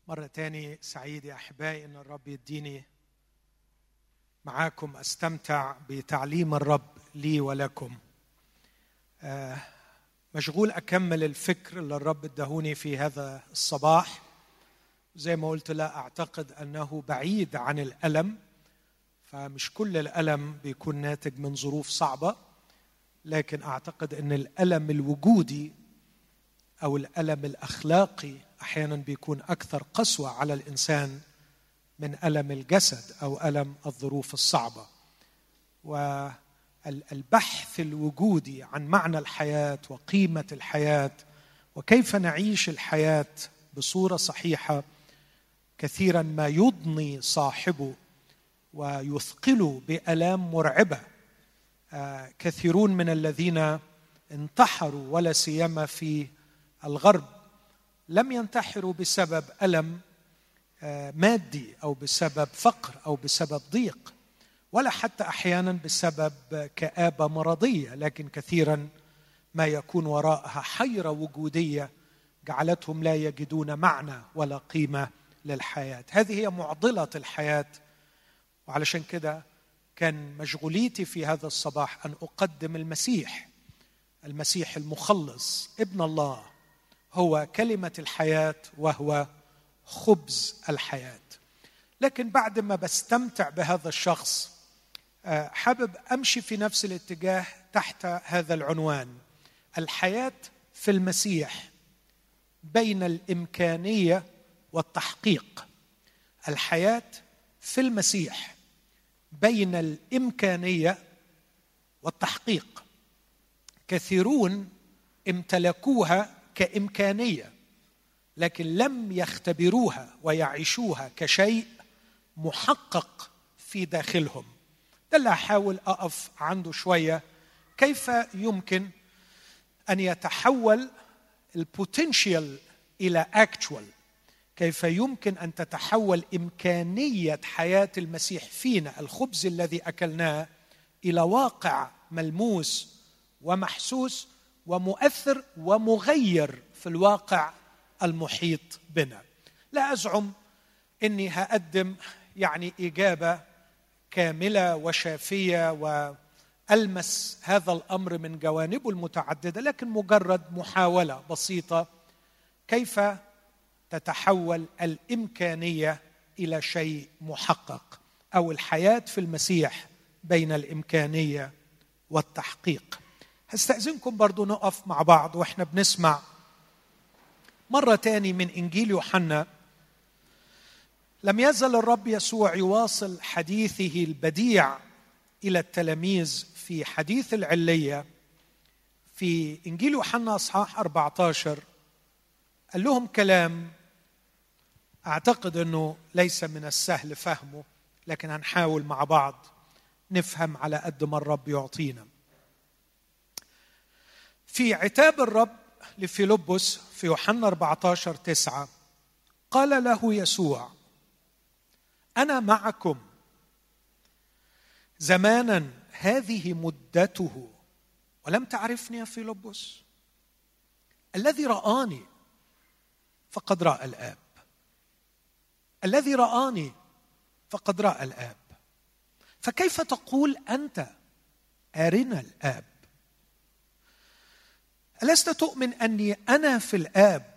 مرة تاني سعيد يا أحبائي إن الرب يديني معاكم أستمتع بتعليم الرب لي ولكم. مشغول أكمل الفكر اللي الرب ادهوني في هذا الصباح. زي ما قلت لا أعتقد أنه بعيد عن الألم، فمش كل الألم بيكون ناتج من ظروف صعبة، لكن أعتقد أن الألم الوجودي أو الألم الأخلاقي أحيانا بيكون أكثر قسوة على الإنسان من ألم الجسد أو ألم الظروف الصعبة. والبحث الوجودي عن معنى الحياة وقيمة الحياة وكيف نعيش الحياة بصورة صحيحة كثيرا ما يضني صاحبه ويثقله بآلام مرعبة. كثيرون من الذين انتحروا ولا سيما في الغرب لم ينتحروا بسبب ألم مادي أو بسبب فقر أو بسبب ضيق، ولا حتى أحيانا بسبب كآبة مرضية، لكن كثيرا ما يكون وراءها حيرة وجودية جعلتهم لا يجدون معنى ولا قيمة للحياة. هذه هي معضلة الحياة، وعلشان كده كان مشغوليتي في هذا الصباح أن أقدم المسيح المخلص ابن الله، هو كلمة الحياة وهو خبز الحياة. لكن بعد ما بستمتع بهذا الشخص حابب أمشي في نفس الاتجاه تحت هذا العنوان: الحياة في المسيح بين الإمكانية والتحقيق. الحياة في المسيح بين الإمكانية والتحقيق. كثيرون امتلكوها كإمكانية لكن لم يختبروها ويعيشوها كشيء محقق في داخلهم. ده اللي أحاول أقف عنده شوية. كيف يمكن أن يتحول البوتنشيال إلى actual؟ كيف يمكن أن تتحول إمكانية حياة المسيح فينا، الخبز الذي أكلناه، إلى واقع ملموس ومحسوس ومؤثر ومغير في الواقع المحيط بنا. لا أزعم أني هقدم إجابة كاملة وشافية وألمس هذا الأمر من جوانبه المتعددة، لكن مجرد محاولة بسيطة كيف تتحول الإمكانية إلى شيء محقق، أو الحياة في المسيح بين الإمكانية والتحقيق. هستأذنكم برضو نقف مع بعض وإحنا بنسمع مرة تاني من إنجيل يوحنا. لم يزل الرب يسوع يواصل حديثه البديع إلى التلاميذ في حديث العلية. في إنجيل يوحنا أصحاح 14 قال لهم كلام أعتقد أنه ليس من السهل فهمه، لكن هنحاول مع بعض نفهم على قد ما الرب يعطينا. في عتاب الرب لفيلبس في يوحنا 14:9 قال له يسوع: أنا معكم زمانا هذه مدته ولم تعرفني يا فيلبس. الذي رآني فقد رأى الآب. الذي رآني فقد رأى الآب. فكيف تقول أنت أرنا الآب؟ ألست تؤمن أني أنا في الآب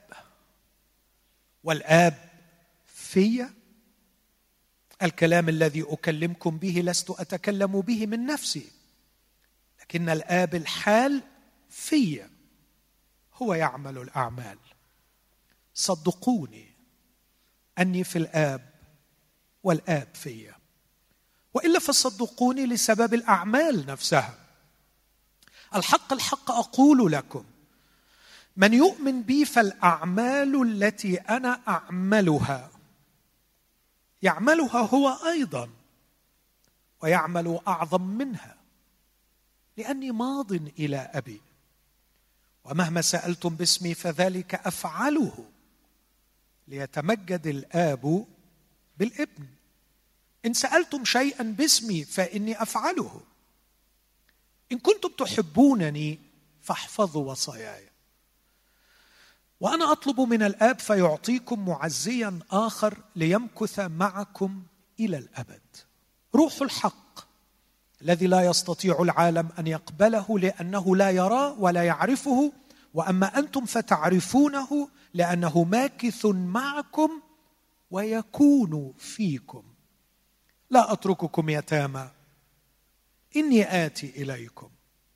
والآب في؟ الكلام الذي أكلمكم به لست أتكلم به من نفسي، لكن الآب الحال في هو يعمل الأعمال. صدقوني أني في الآب والآب في، وإلا فصدقوني لسبب الأعمال نفسها. الحق الحق أقول لكم: من يؤمن بي فالأعمال التي أنا أعملها يعملها هو أيضا، ويعمل أعظم منها، لأني ماض إلى أبي، ومهما سألتم باسمي فذلك أفعله ليتمجد الآب بالابن. إن سألتم شيئا باسمي فإني أفعله. إن كنتم تحبونني فاحفظوا وصاياي. وأنا أطلب من الآب فيعطيكم معزيا آخر ليمكث معكم إلى الأبد، روح الحق الذي لا يستطيع العالم أن يقبله لأنه لا يراه ولا يعرفه، وأما أنتم فتعرفونه لأنه ماكث معكم ويكون فيكم. لا أترككم يتامى، إني آتي إليكم.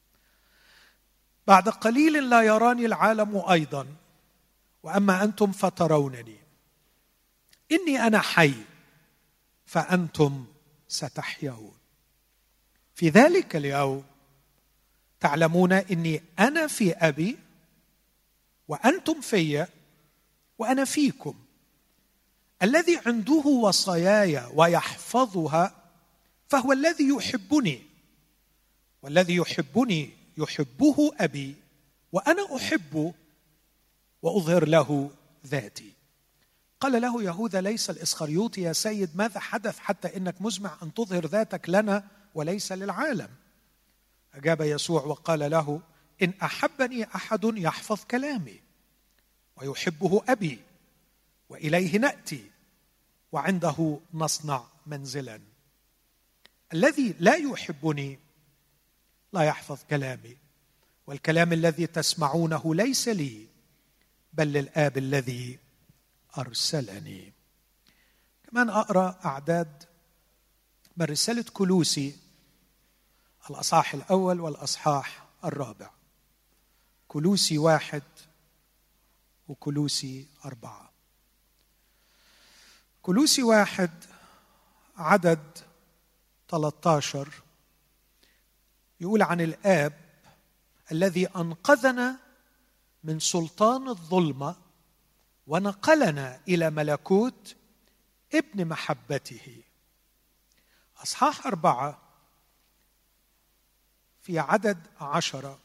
بعد قليل لا يراني العالم أيضا، وأما أنتم فترونني. إني أنا حي فأنتم ستحيون. في ذلك اليوم تعلمون إني أنا في أبي وأنتم في وأنا فيكم. الذي عنده وصاياي ويحفظها فهو الذي يحبني، والذي يحبني يحبه أبي وأنا أحبه وأظهر له ذاتي. قال له يهوذا ليس الإسخريوطي: يا سيد ماذا حدث حتى إنك مزمع أن تظهر ذاتك لنا وليس للعالم؟ أجاب يسوع وقال له: إن أحبني أحد يحفظ كلامي ويحبه أبي وإليه نأتي وعنده نصنع منزلا. الذي لا يحبني لا يحفظ كلامي، والكلام الذي تسمعونه ليس لي بل للآب الذي أرسلني. كمان أقرأ أعداد من رسالة كولوسي الأصحاح الأول والأصحاح الرابع، كولوسي 1 وكولوسي 4. كولوسي 1 عدد 13 يقول عن الآب الذي أنقذنا من سلطان الظلمة ونقلنا إلى ملكوت ابن محبته. أصحاح 4 في عدد 10: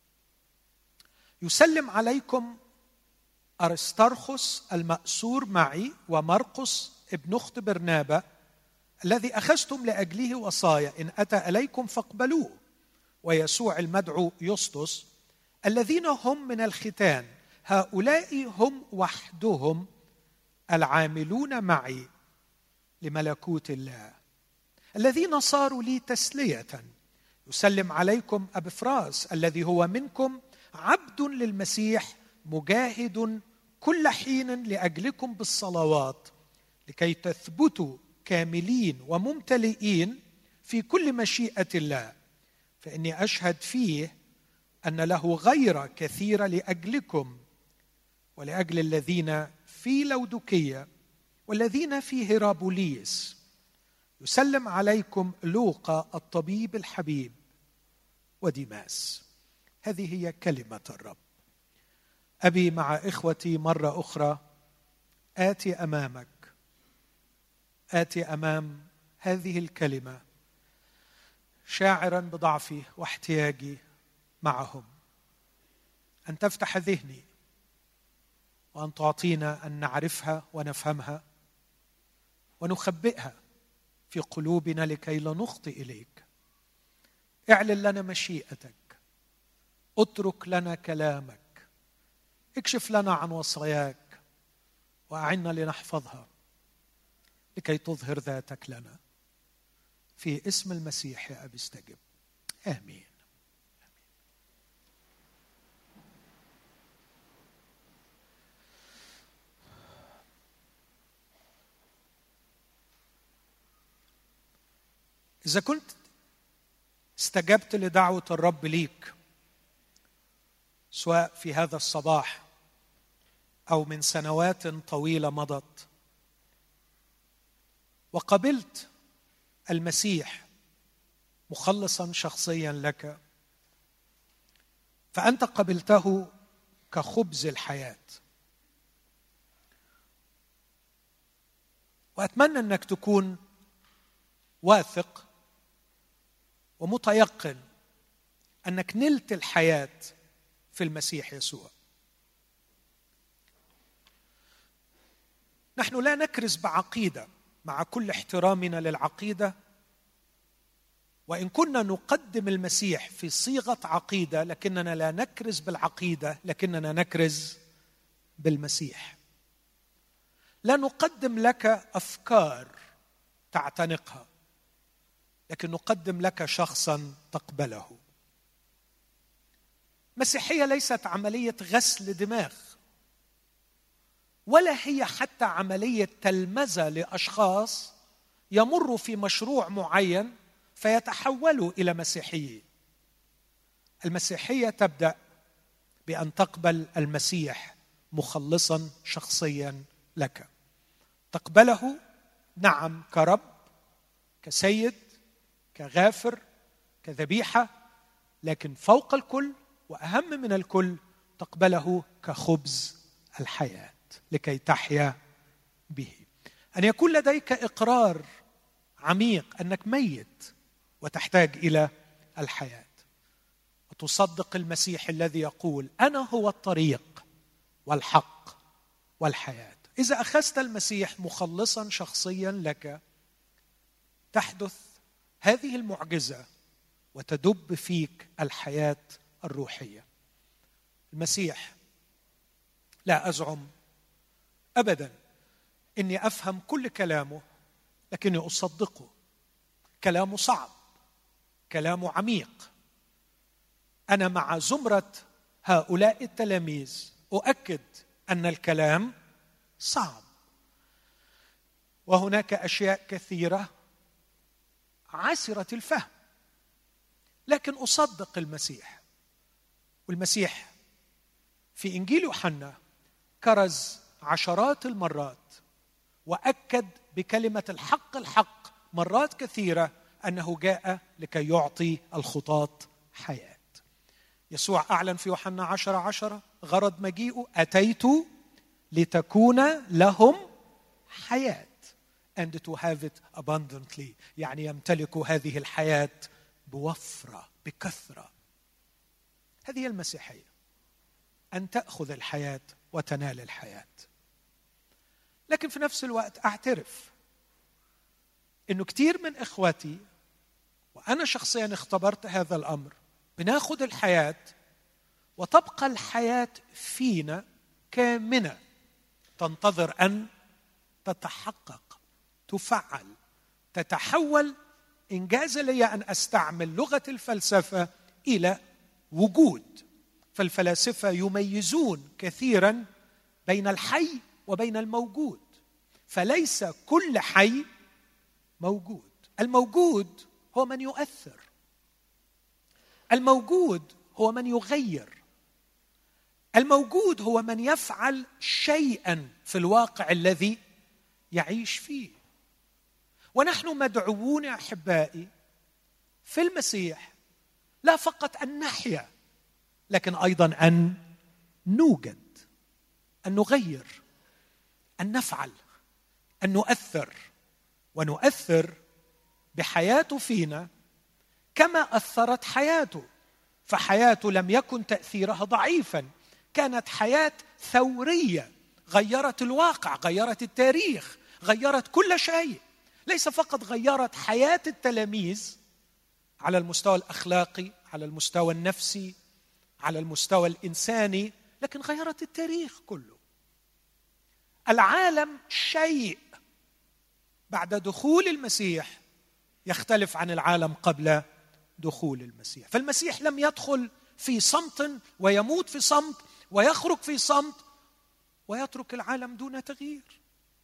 يسلم عليكم أرسترخس المأسور معي ومرقس ابن أخت برنابا الذي أخذتم لأجله وصايا، إن أتى إليكم فاقبلوه، ويسوع المدعو يسطس الذين هم من الختان، هؤلاء هم وحدهم العاملون معي لملكوت الله الذين صاروا لي تسلية. يسلم عليكم أبفراس الذي هو منكم عبد للمسيح مجاهد كل حين لأجلكم بالصلوات لكي تثبتوا كاملين وممتلئين في كل مشيئة الله، فإني أشهد فيه أن له غيرة كثيرة لأجلكم ولأجل الذين في لودكية والذين في هيرابوليس. يسلم عليكم لوقا الطبيب الحبيب وديماس. هذه هي كلمة الرب. أبي مع إخوتي مرة أخرى آتي أمامك، آتي أمام هذه الكلمة شاعرا بضعفي واحتياجي معهم، أن تفتح ذهني وأن تعطينا أن نعرفها ونفهمها ونخبئها في قلوبنا لكي لا نخطئ إليك. اعلن لنا مشيئتك، اترك لنا كلامك، اكشف لنا عن وصاياك وأعنا لنحفظها لكي تظهر ذاتك لنا. في اسم المسيح يا أبي استجب، آمين. إذا كنت استجبت لدعوة الرب ليك سواء في هذا الصباح أو من سنوات طويلة مضت وقبلت المسيح مخلصا شخصيا لك، فأنت قبلته كخبز الحياة. وأتمنى أنك تكون واثق ومتيقن أنك نلت الحياة في المسيح يسوع. نحن لا نكرز بعقيدة، مع كل احترامنا للعقيدة، وإن كنا نقدم المسيح في صيغة عقيدة، لكننا لا نكرز بالعقيدة، لكننا نكرز بالمسيح. لا نقدم لك أفكار تعتنقها، لكن نقدم لك شخصا تقبله. المسيحية ليست عملية غسل دماغ، ولا هي حتى عملية تلمذة لأشخاص يمروا في مشروع معين فيتحولوا إلى مسيحيين. المسيحية تبدأ بأن تقبل المسيح مخلصا شخصيا لك. تقبله نعم كرب، كسيد، كغافر، كذبيحة، لكن فوق الكل وأهم من الكل تقبله كخبز الحياة لكي تحيا به. أن يكون لديك إقرار عميق أنك ميت وتحتاج إلى الحياة، وتصدق المسيح الذي يقول أنا هو الطريق والحق والحياة. إذا أخذت المسيح مخلصا شخصيا لك تحدث هذه المعجزة وتدب فيك الحياة الروحية. المسيح لا أزعم أبدا إني أفهم كل كلامه، لكني أصدقه. كلامه صعب، كلامه عميق. أنا مع زمرة هؤلاء التلاميذ أؤكد أن الكلام صعب، وهناك أشياء كثيرة عسرة الفهم، لكن أصدق المسيح. والمسيح في إنجيل يوحنا كرز عشرات المرات وأكد بكلمة الحق الحق مرات كثيرة أنه جاء لكي يعطي الخطاة حياة. يسوع أعلن في يوحنا 10:10 غرض مجيئه أتيت لتكون لهم حياة and to have it abundantly، يعني يمتلكوا هذه الحياة بوفرة بكثرة. هذه المسيحية، أن تأخذ الحياة وتنال الحياة. لكن في نفس الوقت أعترف إنه كتير من إخوتي وأنا شخصيا اختبرت هذا الأمر، بناخذ الحياة وتبقى الحياة فينا كامنة تنتظر أن تتحقق، تفعل، تتحول. إنجاز لي أن أستعمل لغة الفلسفة إلى وجود. فالفلاسفة يميزون كثيرا بين الحي وبين الموجود، فليس كل حي موجود. الموجود هو من يؤثر، الموجود هو من يغير، الموجود هو من يفعل شيئا في الواقع الذي يعيش فيه. ونحن مدعوون يا أحبائي في المسيح لا فقط أن نحيا، لكن أيضا أن نوجد، أن نغير، أن نفعل، أن نؤثر، ونؤثر بحياته فينا كما أثرت حياته. فحياته لم يكن تأثيرها ضعيفا، كانت حياة ثورية غيرت الواقع، غيرت التاريخ، غيرت كل شيء. ليس فقط غيرت حياة التلاميذ على المستوى الأخلاقي، على المستوى النفسي، على المستوى الإنساني، لكن غيرت التاريخ كله. العالم شيء بعد دخول المسيح يختلف عن العالم قبل دخول المسيح. فالمسيح لم يدخل في صمت ويموت في صمت ويخرج في صمت ويترك العالم دون تغيير.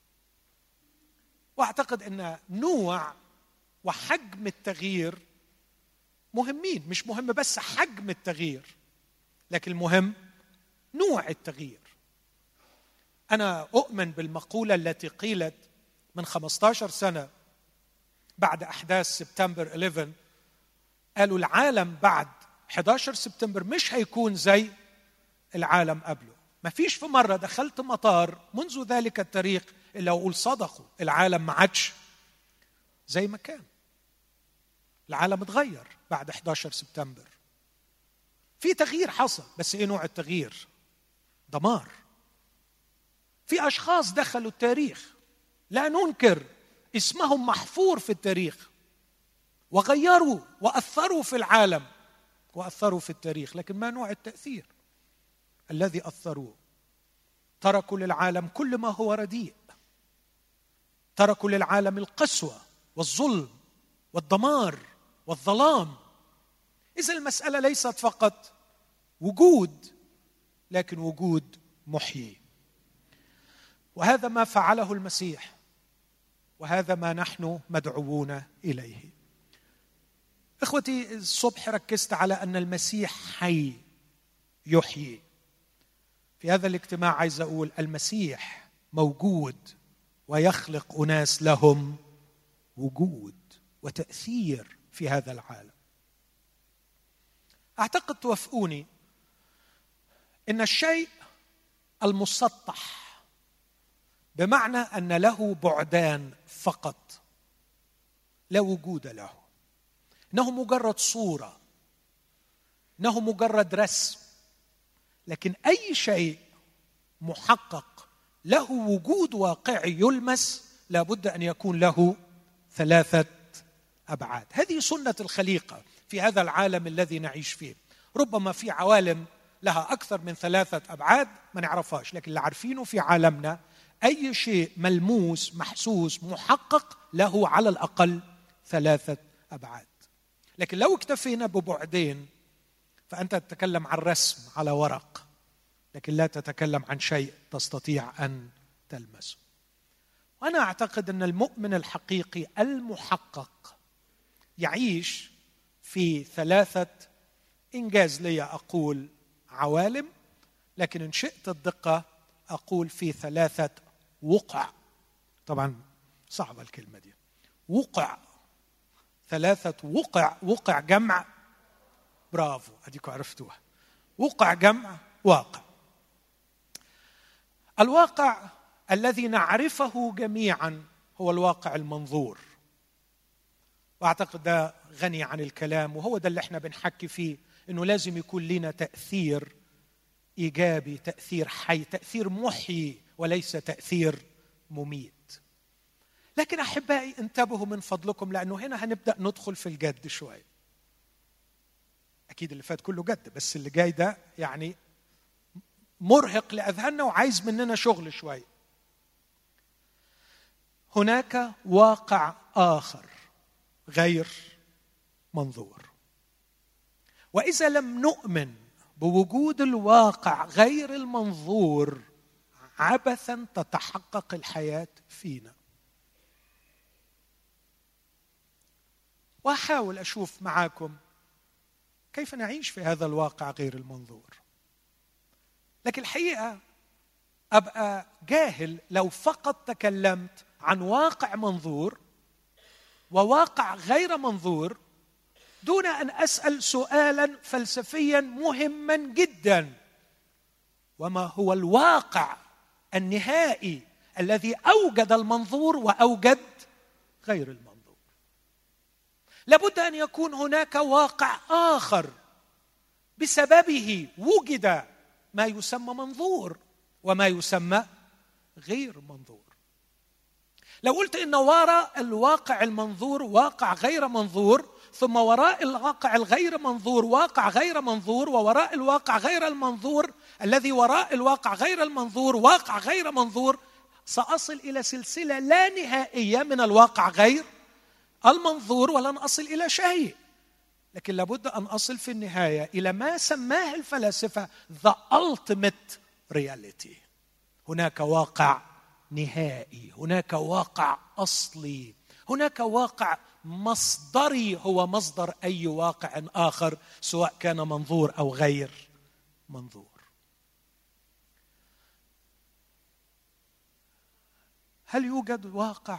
واعتقد ان نوع وحجم التغيير مهمين. مش مهم بس حجم التغيير، لكن المهم نوع التغيير. انا اؤمن بالمقولة التي قيلت من 15 سنة بعد احداث سبتمبر 11. قالوا العالم بعد 11 سبتمبر مش هيكون زي العالم قبله. ما فيش في مرة دخلت مطار منذ ذلك التاريخ إلا أقول صدقوا، العالم ما عادش زي ما كان. العالم اتغير بعد 11 سبتمبر. في تغيير حصل، بس إيه نوع التغيير؟ دمار. في أشخاص دخلوا التاريخ لا ننكر، اسمهم محفور في التاريخ وغيروا وأثروا في العالم وأثروا في التاريخ، لكن ما نوع التأثير الذي أثروه؟ تركوا للعالم كل ما هو رديء، تركوا للعالم القسوة والظلم والدمار والظلام. إذا المسألة ليست فقط وجود، لكن وجود محيي. وهذا ما فعله المسيح، وهذا ما نحن مدعوون إليه. إخوتي، الصبح ركزت على أن المسيح حي يحيي. في هذا الاجتماع عايز أقول المسيح موجود ويخلق أناس لهم وجود وتأثير في هذا العالم. أعتقد توافقوني إن الشيء المسطح، بمعنى أن له بعدان فقط لا وجود له، إنه مجرد صورة، إنه مجرد رسم. لكن أي شيء محقق له وجود واقعي يلمس لابد أن يكون له 3 أبعاد. هذه سنة الخليقة في هذا العالم الذي نعيش فيه. ربما في عوالم لها أكثر من 3 أبعاد ما نعرفهاش، لكن اللي عارفينه في عالمنا أي شيء ملموس محسوس محقق له على الأقل 3 أبعاد. لكن لو اكتفينا ببعدين فأنت تتكلم عن رسم على ورق، لكن لا تتكلم عن شيء تستطيع أن تلمسه. وأنا أعتقد أن المؤمن الحقيقي المحقق يعيش في 3، إنجاز لي أقول عوالم، لكن إن شئت الدقة أقول في 3 وقع. طبعا صعبة الكلمة دي، وقع، 3 وقع. وقع جمع، برافو، أديكوا عرفتوها. وقع جمع واقع. الواقع الذي نعرفه جميعا هو الواقع المنظور، وأعتقد ده غني عن الكلام، وهو ده اللي احنا بنحكي فيه، إنه لازم يكون لنا تأثير إيجابي، تأثير حي، تأثير محيي وليس تأثير مميت. لكن أحبائي انتبهوا من فضلكم، لأنه هنا هنبدأ ندخل في الجد شوية. أكيد اللي فات كله جد، بس اللي جاي ده يعني مرهق لأذهاننا وعايز مننا شغل شوية. هناك واقع آخر غير منظور، وإذا لم نؤمن بوجود الواقع غير المنظور عبثا تتحقق الحياة فينا. وأحاول أشوف معاكم كيف نعيش في هذا الواقع غير المنظور. لكن الحقيقة أبقى جاهل لو فقط تكلمت عن واقع منظور وواقع غير منظور دون أن أسأل سؤالا فلسفيا مهما جدا: وما هو الواقع النهائي الذي أوجد المنظور وأوجد غير المنظور؟ لابد أن يكون هناك واقع آخر بسببه وجد ما يسمى منظور وما يسمى غير منظور. لو قلت إن وراء الواقع المنظور واقع غير منظور، ثم وراء الواقع الغير منظور واقع غير منظور، ووراء الواقع غير المنظور الذي وراء الواقع غير المنظور واقع غير منظور، سأصل إلى سلسلة لا نهائية من الواقع غير المنظور ولن أصل إلى شيء. لكن لابد أن أصل في النهاية إلى ما سماه الفلاسفة the ultimate reality. هناك واقع نهائي، هناك واقع أصلي، هناك واقع مصدري هو مصدر أي واقع آخر سواء كان منظور أو غير منظور. هل يوجد واقع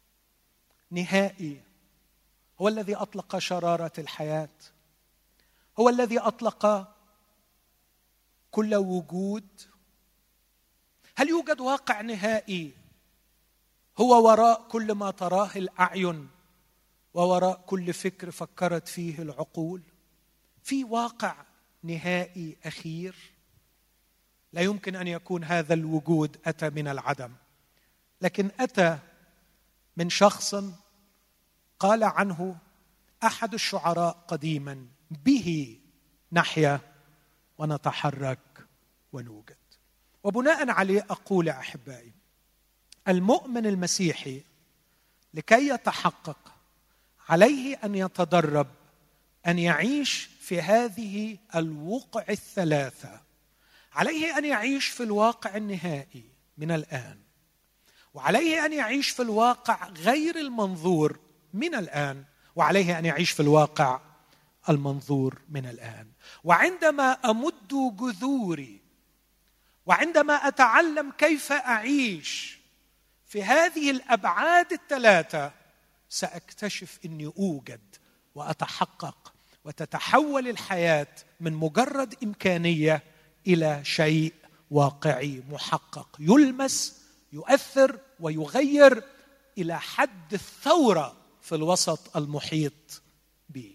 نهائي هو الذي أطلق شرارة الحياة، هو الذي أطلق كل وجود؟ هل يوجد واقع نهائي هو وراء كل ما تراه الأعين ووراء كل فكر فكرت فيه العقول؟ في واقع نهائي أخير؟ لا يمكن أن يكون هذا الوجود أتى من العدم، لكن أتى من شخص قال عنه أحد الشعراء قديما: به نحيا ونتحرك ونوجد. وبناء عليه أقول يا أحبائي، المؤمن المسيحي لكي يتحقق عليه أن يتدرب أن يعيش في هذه الوقع الثلاثة. عليه أن يعيش في الواقع النهائي من الآن، وعليه أن يعيش في الواقع غير المنظور من الآن، وعليه أن يعيش في الواقع المنظور من الآن. وعندما أمد جذوري، وعندما أتعلم كيف أعيش في هذه الأبعاد الثلاثة، سأكتشف أني أوجد وأتحقق، وتتحول الحياة من مجرد إمكانية إلى شيء واقعي محقق، يلمس، يؤثر ويغير إلى حد الثورة في الوسط المحيط به.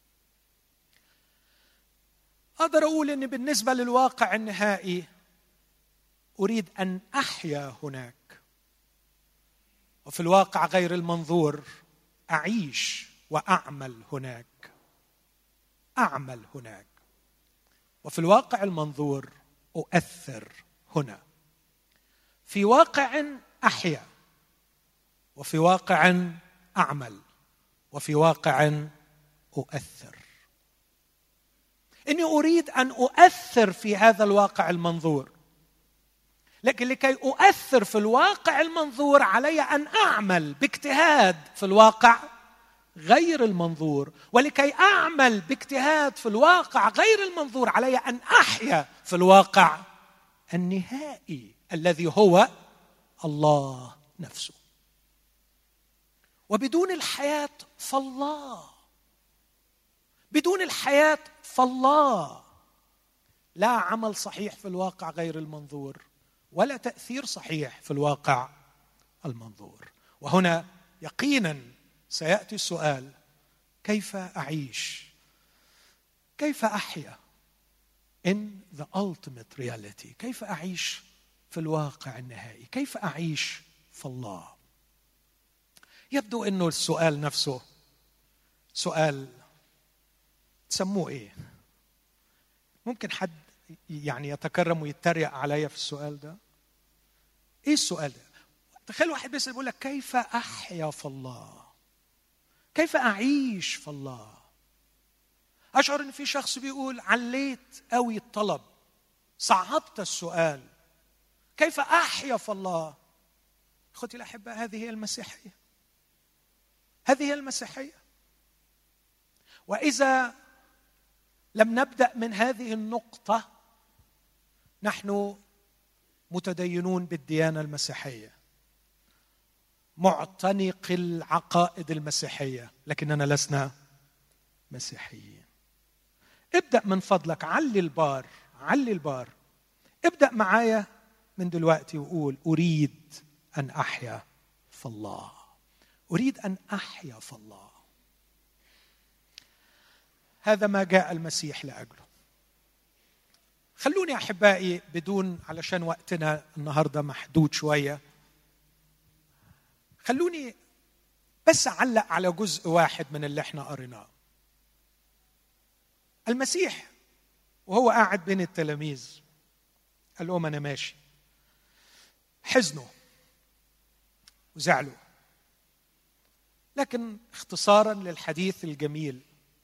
أقدر أقول أن بالنسبة للواقع النهائي أريد أن أحيا هناك، وفي الواقع غير المنظور أعيش وأعمل هناك. أعمل هناك، وفي الواقع المنظور أؤثر هنا. في واقع أحيا، وفي واقع أعمل، وفي واقع أؤثر. إني أريد أن أؤثر في هذا الواقع المنظور، لكن لكي أؤثر في الواقع المنظور علي أن أعمل باجتهاد في الواقع غير المنظور، ولكي أعمل باجتهاد في الواقع غير المنظور علي أن أحيا في الواقع النهائي الذي هو الله نفسه. وبدون الحياة فالله، بدون الحياة فالله، لا عمل صحيح في الواقع غير المنظور، ولا تأثير صحيح في الواقع المنظور. وهنا يقينا سيأتي السؤال: كيف أعيش؟ كيف أحيا in the ultimate reality؟ كيف أعيش في الواقع النهائي؟ كيف أعيش في الله؟ يبدو أنه السؤال نفسه سؤال تسموه إيه؟ ممكن حد يعني يتكرم ويتريق عليا في السؤال ده؟ إيه السؤال ده؟ تخيل واحد بيسأل يقول لك: كيف أحيا في الله؟ كيف أعيش في الله؟ أشعر أن في شخص بيقول: عليت قوي الطلب، صعبت السؤال، كيف أحيا في الله؟ أخوتي الأحباء، هذه هي المسيحية، هذه هي المسيحية. وإذا لم نبدأ من هذه النقطة نحن متدينون بالديانة المسيحية، معتنق العقائد المسيحية، لكننا لسنا مسيحيين. ابدأ من فضلك، علي البار، علي البار. ابدأ معايا من دلوقتي وقول: أريد أن أحيا في الله، أريد أن أحيا في الله. هذا ما جاء المسيح لأجله. خلوني أحبائي بدون، علشان وقتنا النهاردة محدود شوية، خلوني بس أعلق على جزء واحد من اللي احنا قريناه. المسيح وهو قاعد بين التلاميذ قال لهم: أنا ماشي. حزنوا وزعلوا، لكن اختصارا للحديث الجميل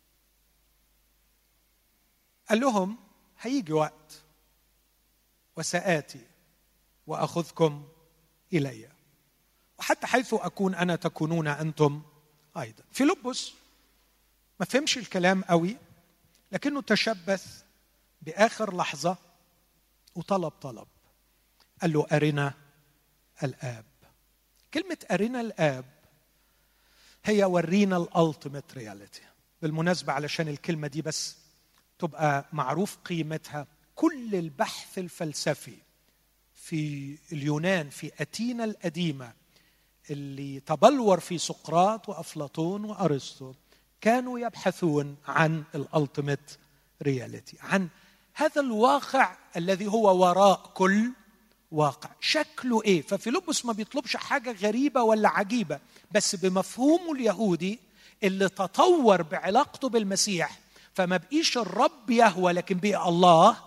قال لهم: هيجي وقت وسآتي وأخذكم إلي، وحتى حيث أكون أنا تكونون أنتم أيضا. فيلبس ما فهمش الكلام قوي، لكنه تشبث بآخر لحظة وطلب قال له: أرنا الآب. كلمة أرنا الآب هي ورينا الألتيميت رياليتي. بالمناسبة علشان الكلمة دي بس تبقى معروف قيمتها، كل البحث الفلسفي في اليونان في أثينا القديمة اللي تبلور في سقراط وأفلاطون وأرسطو كانوا يبحثون عن الألتيميت رياليتي، عن هذا الواقع الذي هو وراء كل واقع. شكله إيه؟ ففيلبس ما بيطلبش حاجة غريبة ولا عجيبة، بس بمفهومه اليهودي اللي تطور بعلاقته بالمسيح، فما بقيش الرب يهوى لكن بقى الله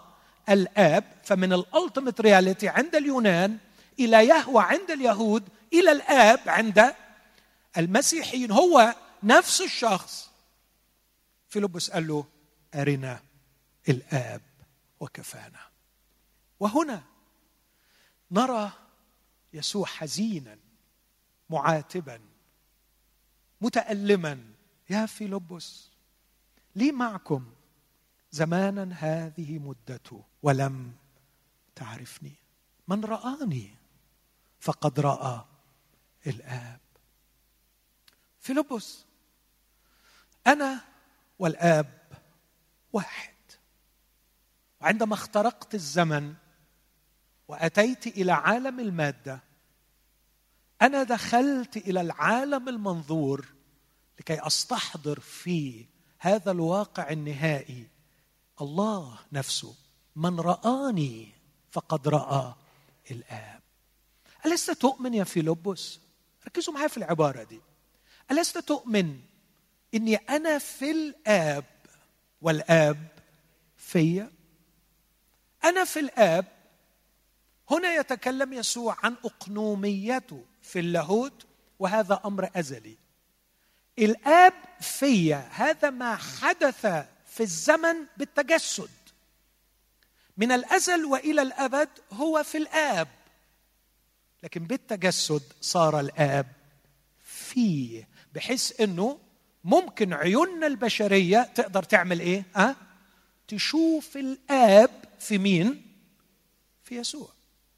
الآب. فمن الألتيميت رياليتي عند اليونان إلى يهوه عند اليهود إلى الآب عند المسيحيين، هو نفس الشخص. فيلبس قال له أرنا الآب وكفانا. وهنا نرى يسوع حزينا معاتبا متألما: يا فيلبس، لي معكم زمانا هذه مدته ولم تعرفني، من رآني فقد رأى الآب. فيلبس، أنا والآب واحد. وعندما اخترقت الزمن وأتيت إلى عالم المادة، أنا دخلت إلى العالم المنظور لكي أستحضر في هذا الواقع النهائي الله نفسه. من رآني فقد رأى الآب. ألست تؤمن يا فيلبس؟ ركزوا معايا في العبارة دي. ألست تؤمن إني أنا في الآب والآب في؟ أنا في الآب. هنا يتكلم يسوع عن أقنوميته في اللاهوت، وهذا أمر أزلي. الآب في، هذا ما حدث في الزمن بالتجسد. من الأزل وإلى الأبد هو في الآب، لكن بالتجسد صار الآب فيه، بحيث أنه ممكن عيوننا البشرية تقدر تعمل إيه؟ تشوف الآب في مين؟ في يسوع.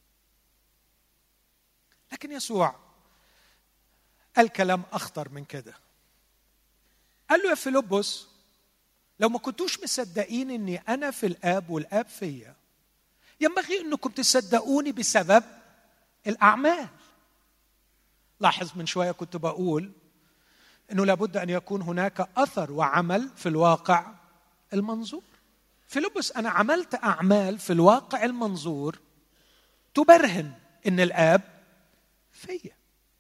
لكن يسوع قال كلام أخطر من كده. قال له يا فيلبس، لو ما كنتوش مصدقين أني أنا في الآب والآب فيا، ينبغي أنكم تصدقوني بسبب الأعمال. لاحظ من شوية كنت بقول أنه لابد أن يكون هناك أثر وعمل في الواقع المنظور. فيلبس، أنا عملت أعمال في الواقع المنظور تبرهن أن الآب فيا.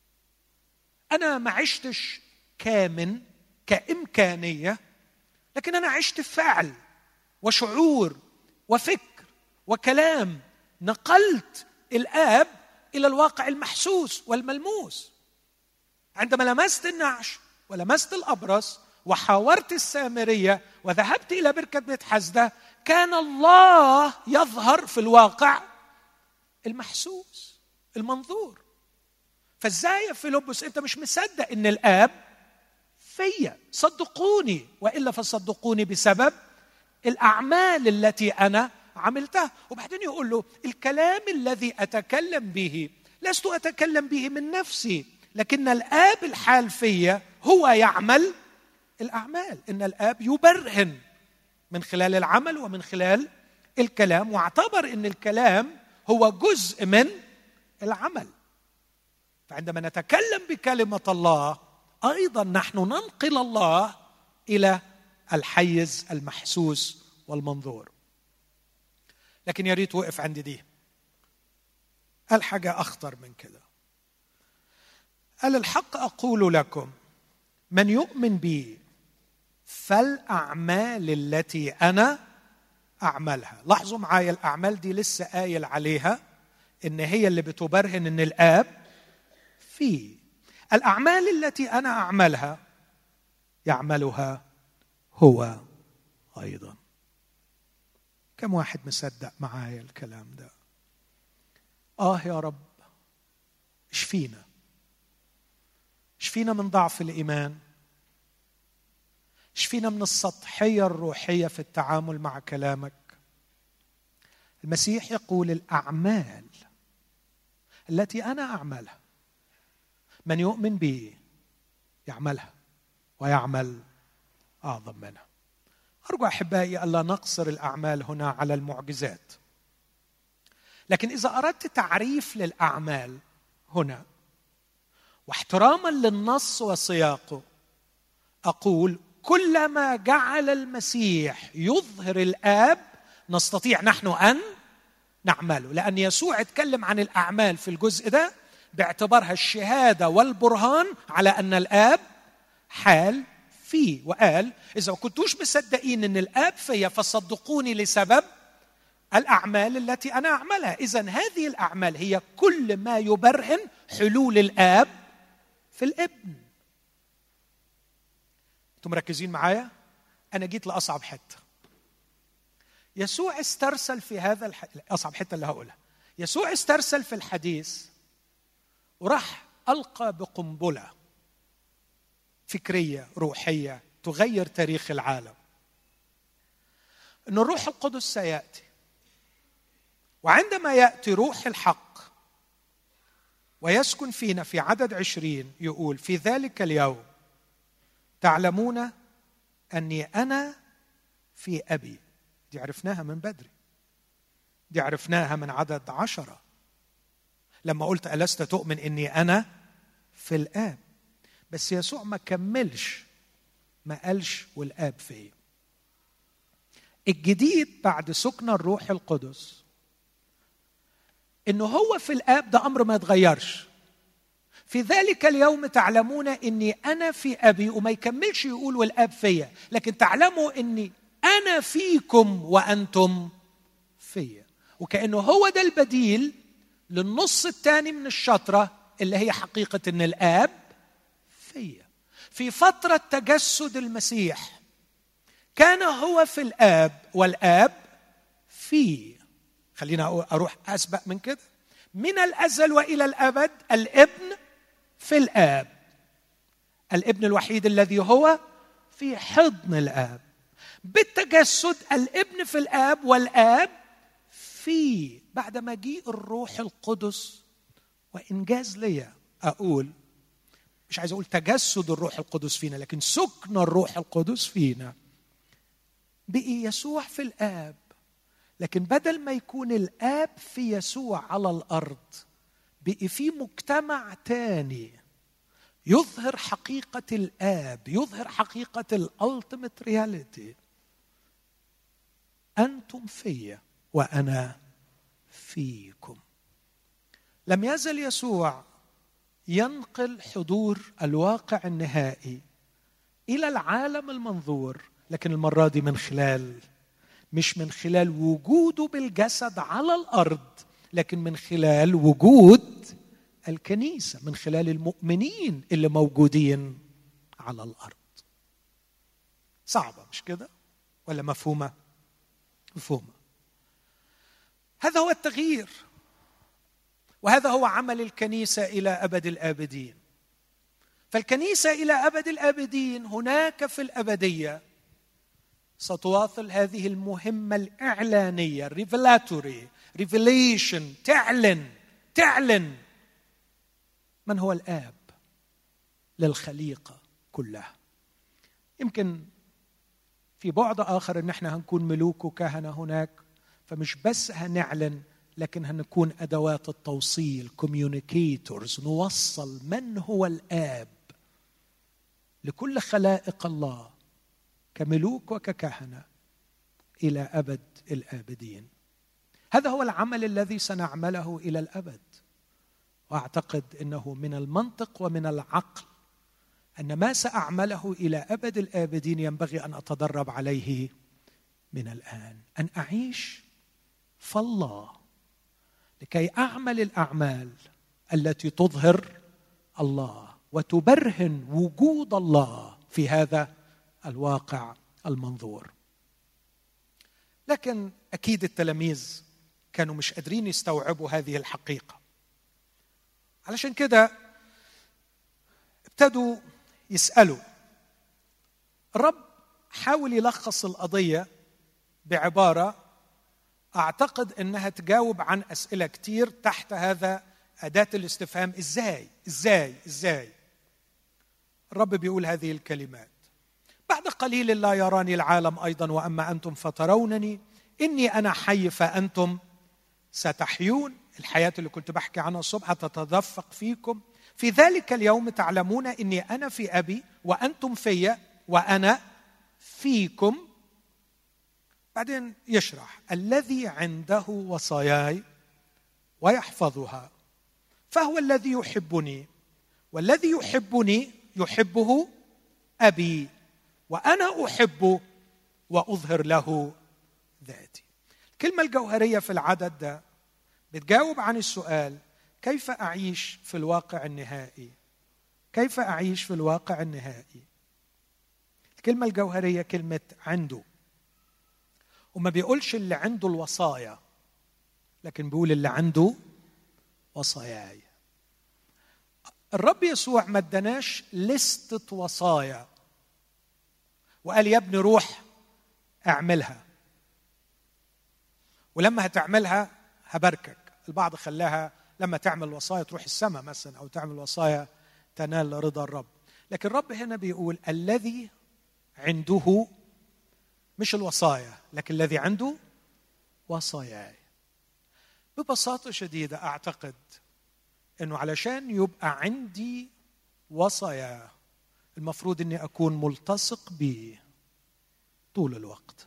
أنا ما عشتش كامن كإمكانية، لكن أنا عشت فعل وشعور وفكر وكلام، نقلت الآب إلى الواقع المحسوس والملموس. عندما لمست النعش ولمست الأبرص وحاورت السامرية وذهبت إلى بركة بيت حزدة، كان الله يظهر في الواقع المحسوس المنظور. فازاي يا فيلبس انت مش مصدق ان الآب فيا؟ صدقوني، وإلا فصدقوني بسبب الأعمال التي أنا عملتها. وبعدين يقول له الكلام الذي أتكلم به لست أتكلم به من نفسي، لكن الآب الحال فيا هو يعمل الأعمال. إن الآب يبرهن من خلال العمل ومن خلال الكلام، واعتبر إن الكلام هو جزء من العمل. فعندما نتكلم بكلمة الله أيضا نحن ننقل الله إلى الحيز المحسوس والمنظور. لكن يا ريت وقف عند دي. قال حاجة أخطر من كده. قال الحق أقول لكم، من يؤمن بي فالأعمال التي أنا أعملها. لاحظوا معايا الأعمال دي لسه قايل عليها إن هي اللي بتبرهن إن الآب فيه. الأعمال التي أنا أعملها يعملها هو أيضا. كم واحد مصدق معايا الكلام ده؟ يا رب، اشفينا، اشفينا من ضعف الإيمان، اشفينا من السطحية الروحية في التعامل مع كلامك. المسيح يقول الأعمال التي أنا أعملها من يؤمن بي يعملها ويعمل أعظم منها. أرجو أحبائي ألا نقصر الأعمال هنا على المعجزات، لكن إذا أردت تعريف للأعمال هنا واحتراما للنص وسياقه، أقول كلما جعل المسيح يظهر الآب نستطيع نحن أن نعمله. لأن يسوع اتكلم عن الأعمال في الجزء ده باعتبارها الشهادة والبرهان على أن الآب حال فيه. وقال إذا كنتوش مصدقين أن الآب فيا فصدقوني لسبب الأعمال التي أنا أعملها. إذن هذه الأعمال هي كل ما يبرهن حلول الآب في الابن. أنتم مركزين معايا؟ أنا جيت لأصعب حتة. يسوع استرسل في هذا أصعب حتة اللي هقولها. يسوع استرسل في الحديث وراح ألقى بقنبلة فكرية روحية تغير تاريخ العالم، أن الروح القدس سيأتي، وعندما يأتي روح الحق ويسكن فينا في عدد 20 يقول: في ذلك اليوم تعلمون أني أنا في أبي. دي عرفناها من بدري، دي عرفناها من عدد 10 لما قلت ألست تؤمن أني أنا في الآب. بس يسوع ما كملش، ما قالش والآب فيه. الجديد بعد سكن الروح القدس إنه هو في الآب، ده أمر ما يتغيرش. في ذلك اليوم تعلمون إني أنا في أبي، وما يكملش يقول والآب فيا، لكن تعلموا إني أنا فيكم وأنتم فيا. وكأنه هو ده البديل للنص الثاني من الشطرة اللي هي حقيقة إن الآب فيا. في فترة تجسد المسيح كان هو في الآب والآب فيه. خلينا أروح أسبق من كده. من الأزل وإلى الأبد الابن في الآب، الابن الوحيد الذي هو في حضن الآب. بالتجسد الابن في الآب والآب فيه. بعد مجيء الروح القدس، وإنجاز لي أقول، مش عايز أقول تجسد الروح القدس فينا، لكن سكن الروح القدس فينا، بقي يسوع في الآب. لكن بدل ما يكون الآب في يسوع على الأرض، بقي في مجتمع تاني يظهر حقيقة الآب، يظهر حقيقة الألتيميت رياليتي. أنتم في وأنا فيكم. لم يزل يسوع ينقل حضور الواقع النهائي إلى العالم المنظور، لكن المرة دي مش من خلال وجوده بالجسد على الأرض، لكن من خلال وجود الكنيسة، من خلال المؤمنين اللي موجودين على الأرض. صعبة مش كده؟ ولا مفهومة؟ مفهومة. هذا هو التغيير، وهذا هو عمل الكنيسة إلى أبد الآبدين. فالكنيسة إلى أبد الآبدين هناك في الأبدية ستواصل هذه المهمة الإعلانية، revelation، تعلن من هو الآب للخليقة كلها. يمكن في بعد آخر إن احنا هنكون ملوك وكهنة هناك، فمش بس هنعلن، لكن هنكون أدوات التوصيل، communicators، نوصل من هو الآب لكل خلائق الله كملوك وككهنة إلى أبد الآبدين. هذا هو العمل الذي سنعمله إلى الأبد. وأعتقد أنه من المنطق ومن العقل أن ما سأعمله إلى أبد الآبدين ينبغي أن أتدرب عليه من الآن، أن أعيش فالله لكي أعمل الأعمال التي تظهر الله وتبرهن وجود الله في هذا الواقع المنظور. لكن أكيد التلاميذ كانوا مش قادرين يستوعبوا هذه الحقيقة، علشان كده ابتدوا يسألوا. الرب حاول يلخص القضية بعبارة أعتقد أنها تجاوب عن أسئلة كتير تحت هذا أداة الاستفهام: إزاي؟ الرب بيقول هذه الكلمات: بعد قليل لا يراني العالم أيضا، وأما أنتم فترونني، إني أنا حي فأنتم ستحيون. الحياة اللي كنت بحكي عنها الصبح تتدفق فيكم. في ذلك اليوم تعلمون إني أنا في أبي وأنتم في وأنا فيكم. بعدين يشرح: الذي عنده وصاياي ويحفظها فهو الذي يحبني، والذي يحبني يحبه أبي، وأنا أحبه وأظهر له ذاتي. الكلمة الجوهرية في العدد ده بتجاوب عن السؤال: كيف أعيش في الواقع النهائي؟ كيف أعيش في الواقع النهائي؟ الكلمة الجوهرية كلمة عنده. وما بيقولش اللي عنده الوصايا، لكن بيقول اللي عنده وصاياي. الرب يسوع ما اداناش لستة وصايا وقال يا ابني روح اعملها، ولما هتعملها هباركك. البعض خلاها لما تعمل وصايا تروح السماء مثلا، او تعمل وصايا تنال رضا الرب. لكن الرب هنا بيقول الذي عنده، مش الوصايا، لكن الذي عنده وصاياي. ببساطة شديدة أعتقد أنه علشان يبقى عندي وصايا المفروض أني أكون ملتصق به طول الوقت.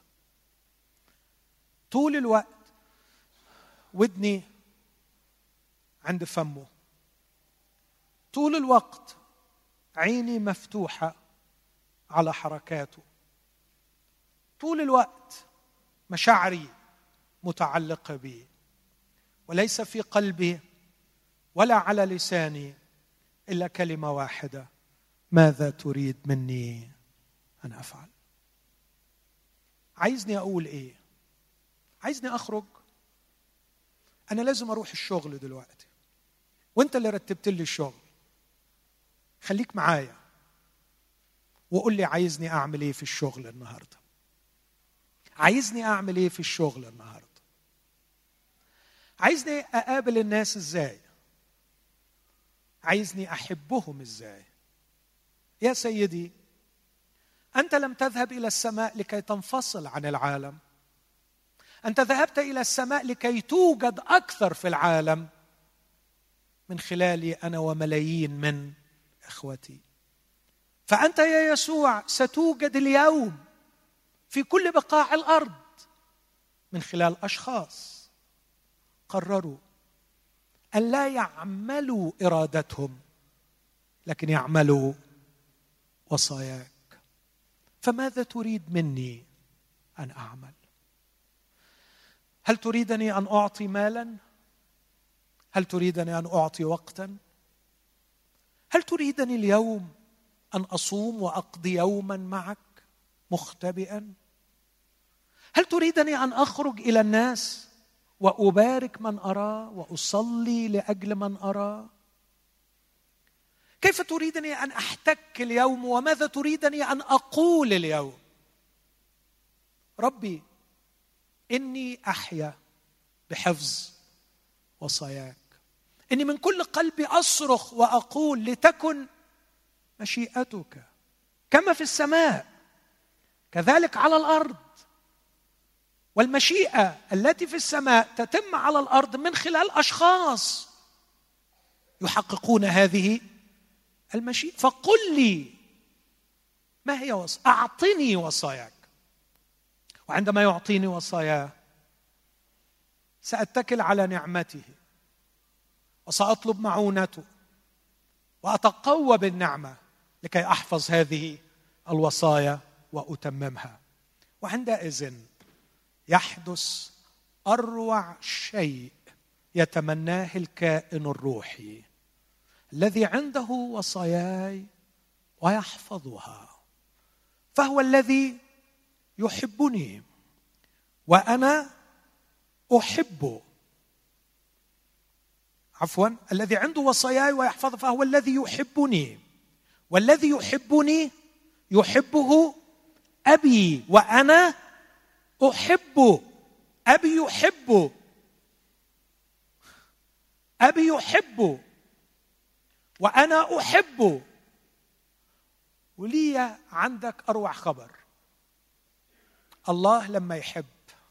طول الوقت ودني عند فمه، طول الوقت عيني مفتوحة على حركاته، طول الوقت مشاعري متعلقة به، وليس في قلبي ولا على لساني إلا كلمة واحدة: ماذا تريد مني أن أفعل؟ عايزني أقول إيه؟ عايزني أخرج؟ أنا لازم أروح الشغل دلوقتي، وأنت اللي رتبت لي الشغل، خليك معايا وقول لي عايزني أعمل إيه في الشغل النهاردة؟ عايزني أعمل إيه في الشغل النهاردة؟ عايزني أقابل الناس إزاي؟ عايزني أحبهم إزاي؟ يا سيدي، أنت لم تذهب إلى السماء لكي تنفصل عن العالم، أنت ذهبت إلى السماء لكي توجد أكثر في العالم من خلالي أنا وملايين من إخوتي. فأنت يا يسوع ستوجد اليوم في كل بقاع الأرض من خلال أشخاص قرروا أن لا يعملوا إرادتهم، لكن يعملوا وصاياك. فماذا تريد مني أن أعمل؟ هل تريدني أن أعطي مالا؟ هل تريدني أن أعطي وقتا؟ هل تريدني اليوم أن أصوم وأقضي يوما معك مختبئا؟ هل تريدني أن أخرج إلى الناس وأبارك من أراه وأصلي لأجل من أراه؟ كيف تريدني أن أحتك اليوم؟ وماذا تريدني أن أقول اليوم؟ ربي، إني أحيا بحفظ وصاياك، إني من كل قلبي أصرخ وأقول لتكن مشيئتك كما في السماء كذلك على الأرض. والمشيئة التي في السماء تتم على الأرض من خلال أشخاص يحققون هذه المشيئة. فقل لي ما هي أعطني وصاياك. وعندما يعطيني وصاياه سأتكل على نعمته وسأطلب معونته وأتقوى بالنعمة لكي أحفظ هذه الوصايا وأتممها. وعندئذ يحدث أروع شيء يتمناه الكائن الروحي الذي عنده وصاياي ويحفظها، فهو الذي يحبني وأنا أحبه. الذي عنده وصاياي ويحفظها فهو الذي يحبني، والذي يحبني يحبه أبي وأنا أحبه. أبي يحبه، أبي يحبه وأنا أحبه. ولي عندك أروع خبر: الله لما يحب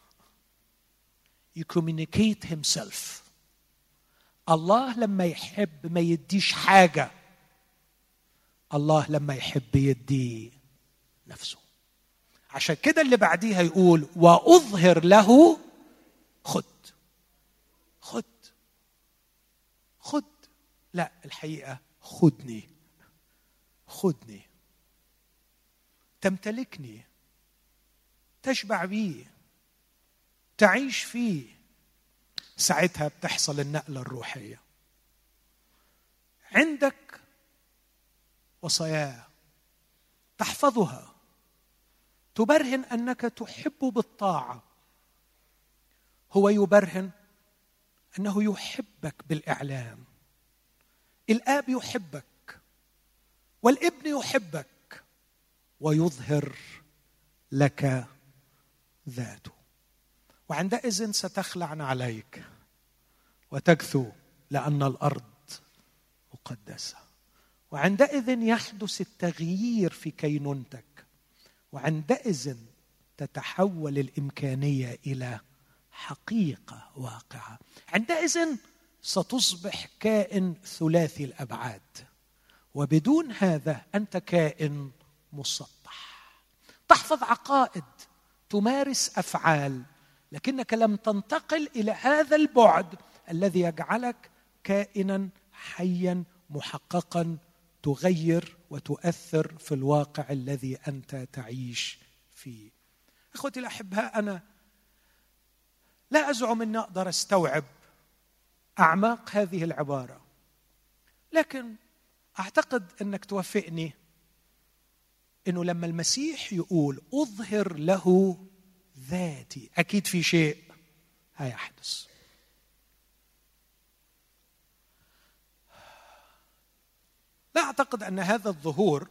يكومينيكيت himself. الله لما يحب ما يديش حاجة، الله لما يحب يدي نفسه. عشان كده اللي بعديها يقول وأظهر له خد. خد خد، لا الحقيقة خدني، خدني، تمتلكني، تشبع بي، تعيش فيه، ساعتها بتحصل النقلة الروحية. عندك وصاياه تحفظها، تبرهن أنك تحب بالطاعة، هو يبرهن أنه يحبك بالإعلان. الآب يحبك والابن يحبك ويظهر لك ذاته، وعندئذ ستخلع عليك وتكثو لأن الأرض مقدسة، وعندئذ يحدث التغيير في كينونتك، وعندئذ تتحول الإمكانية إلى حقيقة واقعة. عندئذ ستصبح كائن ثلاثي الأبعاد، وبدون هذا أنت كائن مسطح، تحفظ عقائد، تمارس أفعال، لكنك لم تنتقل إلى هذا البعد الذي يجعلك كائنا حيا محققا تغير وتؤثر في الواقع الذي أنت تعيش فيه. إخوتي الأحباء، أنا لا أزعم أني أقدر أستوعب أعماق هذه العبارة، لكن أعتقد أنك توافقني أنه لما المسيح يقول أظهر له ذاتي، أكيد في شيء هيحدث. لا أعتقد أن هذا الظهور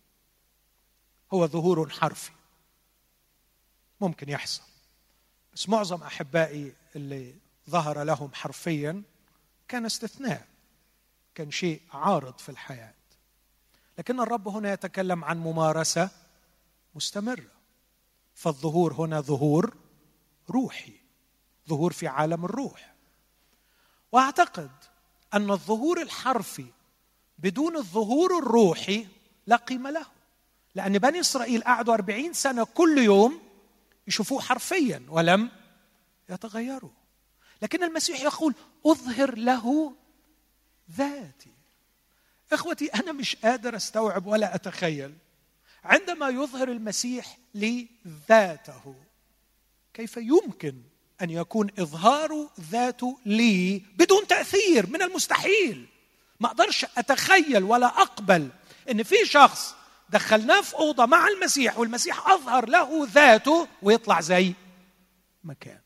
هو ظهور حرفي، ممكن يحصل، بس معظم أحبائي اللي ظهر لهم حرفيا كان استثناء، كان شيء عارض في الحياة. لكن الرب هنا يتكلم عن ممارسة مستمرة، فالظهور هنا ظهور روحي، ظهور في عالم الروح. وأعتقد أن الظهور الحرفي بدون الظهور الروحي لا قيمة له، لأن بني إسرائيل قعدوا 40 سنة كل يوم يشوفوه حرفيا ولم يتغيروا، لكن المسيح يقول أظهر له ذاتي. إخوتي، أنا مش قادر أستوعب ولا أتخيل عندما يظهر المسيح لي ذاته، كيف يمكن أن يكون إظهار ذاته لي بدون تأثير؟ من المستحيل. ما أقدرش أتخيل ولا أقبل أن في شخص دخلناه في أوضة مع المسيح والمسيح أظهر له ذاته ويطلع زي ما كان.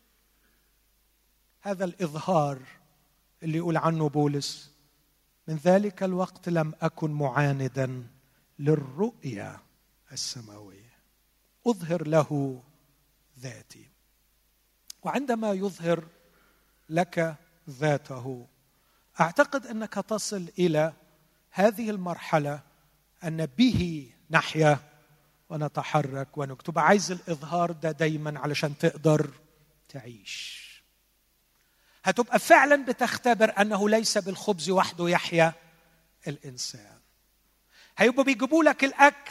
هذا الإظهار اللي يقول عنه بولس من ذلك الوقت لم أكن معاندا للرؤيا السماوية، أظهر له ذاتي. وعندما يظهر لك ذاته أعتقد أنك تصل إلى هذه المرحلة أن به نحيا ونتحرك ونكتب. عايز الإظهار ده دايما علشان تقدر تعيش. هتبقى فعلا بتختبر أنه ليس بالخبز وحده يحيا الإنسان. هيبقوا بيجيبوا لك الأكل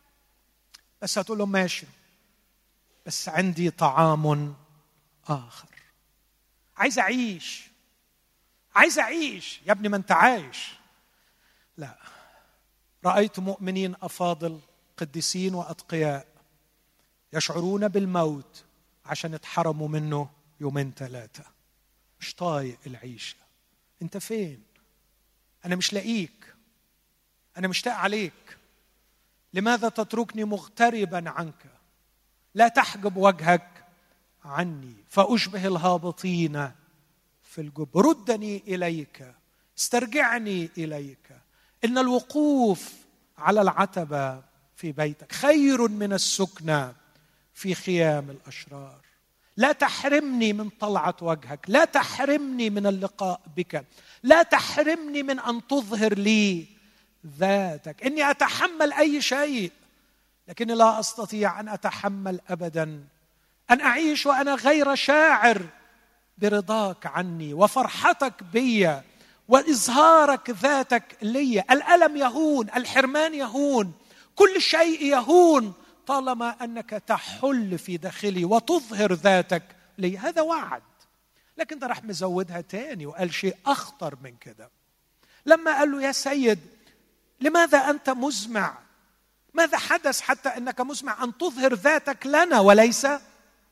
بس هتقول لهم ماشي، بس عندي طعام آخر، عايز أعيش. عايز أعيش يا ابني، ما أنت عايش. لا، رأيت مؤمنين أفاضل قديسين وأتقياء يشعرون بالموت عشان اتحرموا منه 2-3. مش طايق العيشة. أنت فين؟ أنا مش لاقيك، أنا مشتاق عليك. لماذا تتركني مغتربا عنك؟ لا تحجب وجهك عني فأشبه الهابطين في الجب. ردني إليك، استرجعني إليك. إن الوقوف على العتبة في بيتك خير من السكنة في خيام الأشرار. لا تحرمني من طلعة وجهك، لا تحرمني من اللقاء بك، لا تحرمني من أن تظهر لي ذاتك. إني أتحمل أي شيء، لكني لا أستطيع أن أتحمل أبدا أن أعيش وأنا غير شاعر برضاك عني وفرحتك بي وإظهارك ذاتك لي. الألم يهون، الحرمان يهون، كل شيء يهون طالما أنك تحل في داخلي وتظهر ذاتك لي. هذا وعد. لكن ده راح مزودها تاني وقال شيء أخطر من كده. لما قال له يا سيد لماذا أنت مزمع؟ ماذا حدث حتى أنك مزمع أن تظهر ذاتك لنا وليس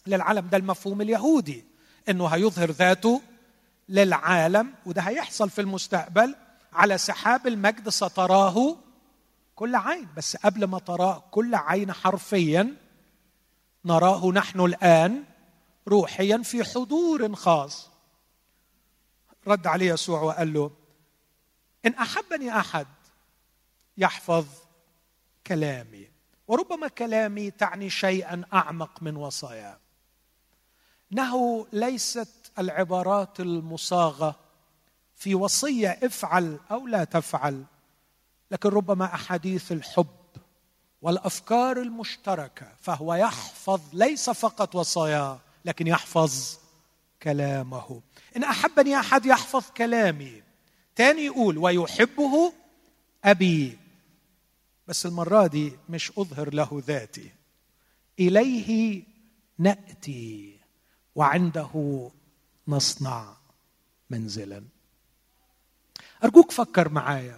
للعالم. ده المفهوم اليهودي، انه هيظهر ذاته للعالم، وده هيحصل في المستقبل. على سحاب المجد ستراه كل عين. بس قبل ما تراه كل عين حرفيا، نراه نحن الآن روحيا في حضور خاص. رد عليه يسوع وقال له: إن أحبني أحد يحفظ كلامي. وربما كلامي تعني شيئا أعمق من وصايا. إنه ليست العبارات المصاغة في وصية افعل أو لا تفعل، لكن ربما أحاديث الحب والأفكار المشتركة. فهو يحفظ ليس فقط وصاياه، لكن يحفظ كلامه. إن أحبني أحد يحفظ كلامي. تاني يقول: ويحبه أبي. بس المرة دي مش أظهر له ذاتي، إليه نأتي وعنده نصنع منزلا. أرجوك فكر معايا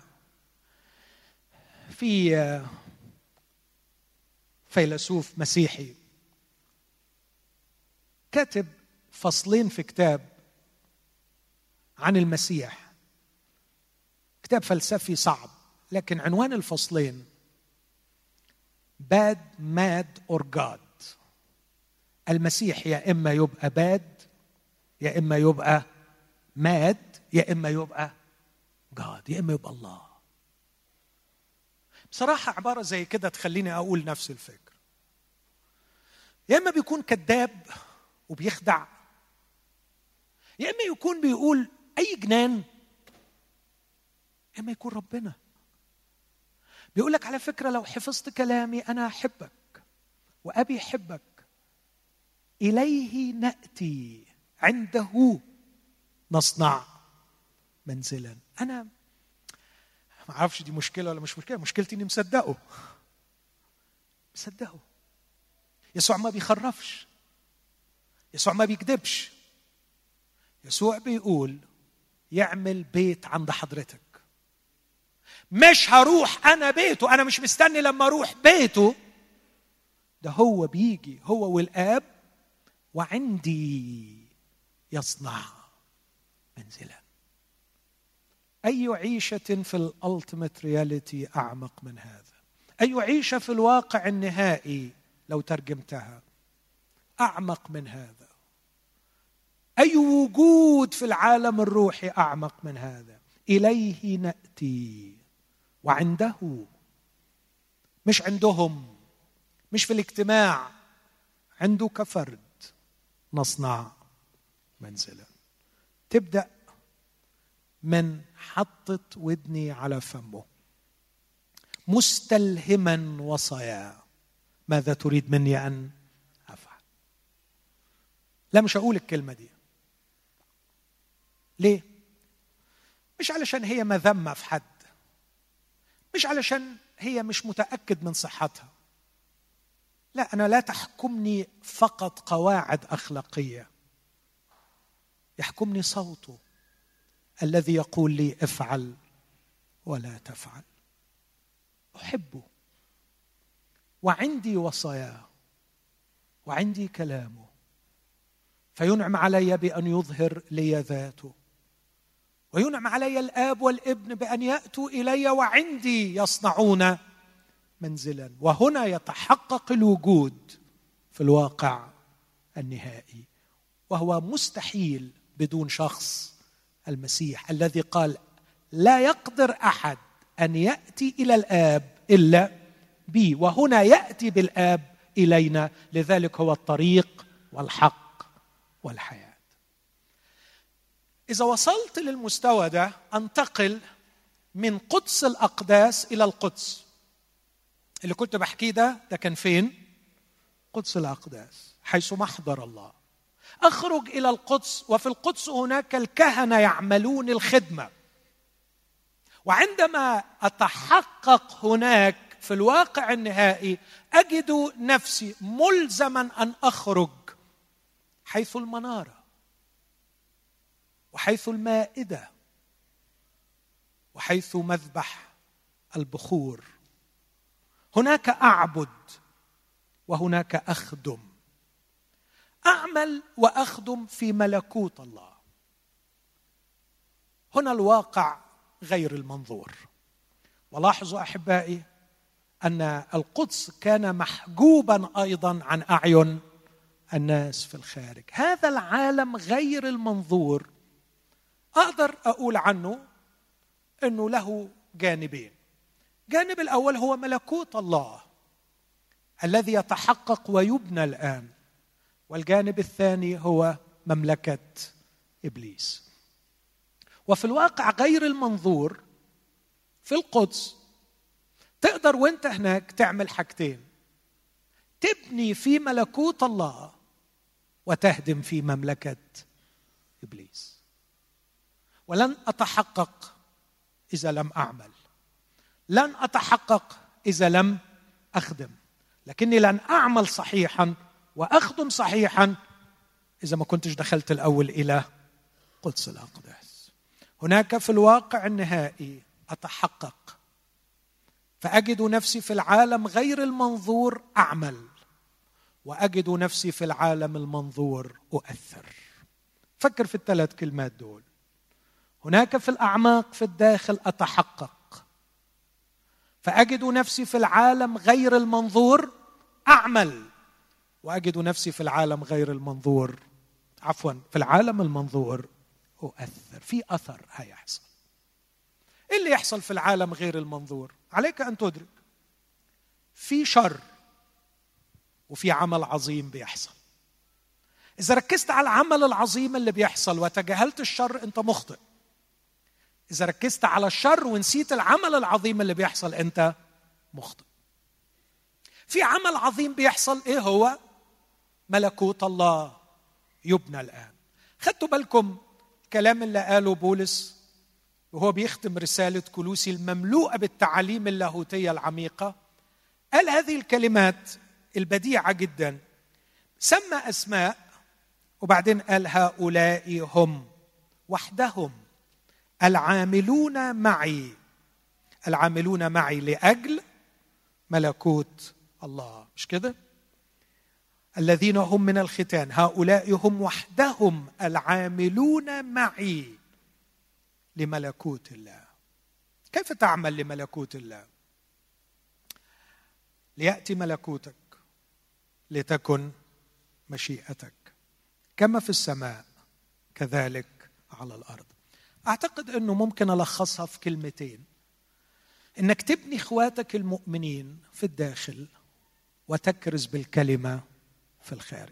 في فيلسوف مسيحي كاتب فصلين في كتاب عن المسيح، كتاب فلسفي صعب، لكن عنوان الفصلين Bad, Mad or God. المسيح يا إما يبقى باد، يا إما يبقى ماد، يا إما يبقى God، يا إما يبقى الله. بصراحة عبارة زي كده تخليني أقول نفس الفكر. يا إما بيكون كذاب وبيخدع، يا إما يكون بيقول أي جنان، يا إما يكون ربنا بيقول لك: على فكرة لو حفظت كلامي أنا أحبك وأبي يحبك، إليه نأتي عنده نصنع منزلا. أنا ما أعرفش دي مشكلة ولا مش مشكلة، مشكلتي إني مصدقه. يسوع ما بيخرفش، يسوع ما بيكذبش. يسوع بيقول يعمل بيت عند حضرتك. مش هروح أنا بيته، أنا مش مستني لما أروح بيته، ده هو بيجي هو والآب وعندي يصنع منزلا. أي عيشة في الألتيميت رياليتي أعمق من هذا؟ أي عيشة في الواقع النهائي لو ترجمتها أعمق من هذا؟ أي وجود في العالم الروحي أعمق من هذا؟ إليه نأتي وعنده، مش عندهم، مش في الاجتماع، عنده كفرد، نصنع منزلا. تبدأ من حطت ودني على فمه مستلهما وصايا: ماذا تريد مني أن أفعل؟ لا، مش هقول الكلمة دي. ليه؟ مش علشان هي مذمة في حد، مش علشان هي مش متأكد من صحتها. لا، أنا لا تحكمني فقط قواعد أخلاقية، يحكمني صوته الذي يقول لي افعل ولا تفعل. أحبه وعندي وصاياه وعندي كلامه، فينعم علي بأن يظهر لي ذاته، وينعم علي الآب والابن بأن يأتوا إلي وعندي يصنعون منزلا. وهنا يتحقق الوجود في الواقع النهائي، وهو مستحيل بدون شخص المسيح الذي قال: لا يقدر أحد أن يأتي إلى الآب إلا بي، وهنا يأتي بالآب إلينا، لذلك هو الطريق والحق والحياة. إذا وصلت للمستوى ده، أنتقل من قدس الأقداس إلى القدس. اللي كنت بحكيه ده كان فين؟ قدس الأقداس، حيث محضر الله. أخرج إلى القدس، وفي القدس هناك الكهنة يعملون الخدمة. وعندما أتحقق هناك في الواقع النهائي، أجد نفسي ملزما أن أخرج حيث المنارة وحيث المائدة وحيث مذبح البخور. هناك أعبد وهناك أخدم. أعمل وأخدم في ملكوت الله. هنا الواقع غير المنظور. ولاحظوا أحبائي أن القدس كان محجوبا أيضا عن أعين الناس في الخارج. هذا العالم غير المنظور أقدر أقول عنه أنه له جانبين. الجانب الأول هو ملكوت الله الذي يتحقق ويبنى الآن، والجانب الثاني هو مملكة إبليس. وفي الواقع غير المنظور في القدس تقدر وانت هناك تعمل حاجتين: تبني في ملكوت الله وتهدم في مملكة إبليس. ولن أتحقق إذا لم أعمل، لن أتحقق إذا لم أخدم، لكني لن أعمل صحيحا وأخدم صحيحا إذا ما كنتش دخلت الأول إلى قدس الأقداس. هناك في الواقع النهائي أتحقق، فأجد نفسي في العالم غير المنظور أعمل، وأجد نفسي في العالم المنظور أؤثر. فكر في الثلاث كلمات دول. هناك في الأعماق في الداخل أتحقق، فأجد نفسي في العالم غير المنظور أعمل، وأجد نفسي في العالم غير المنظور في العالم المنظور أؤثر. في أثر هيحصل. إيه اللي يحصل في العالم غير المنظور؟ عليك أن تدرك في شر وفي عمل عظيم بيحصل. إذا ركزت على العمل العظيم اللي بيحصل وتجاهلت الشر أنت مخطئ. إذا ركزت على الشر ونسيت العمل العظيم اللي بيحصل أنت مخطئ. في عمل عظيم بيحصل، إيه هو؟ ملكوت الله يبنى الآن. خدتوا بالكم الكلام اللي قاله بولس وهو بيختم رسالة كولوسي المملوءة بالتعاليم اللاهوتية العميقة؟ قال هذه الكلمات البديعة جدا، سمى أسماء وبعدين قال هؤلاء هم وحدهم العاملون معي، العاملون معي لأجل ملكوت الله. مش كده؟ الذين هم من الختان هؤلاء هم وحدهم العاملون معي لملكوت الله. كيف تعمل لملكوت الله؟ ليأتي ملكوتك، لتكن مشيئتك كما في السماء كذلك على الأرض. أعتقد أنه ممكن ألخصها في كلمتين: إنك تبني إخواتك المؤمنين في الداخل وتكرز بالكلمة في الخارج.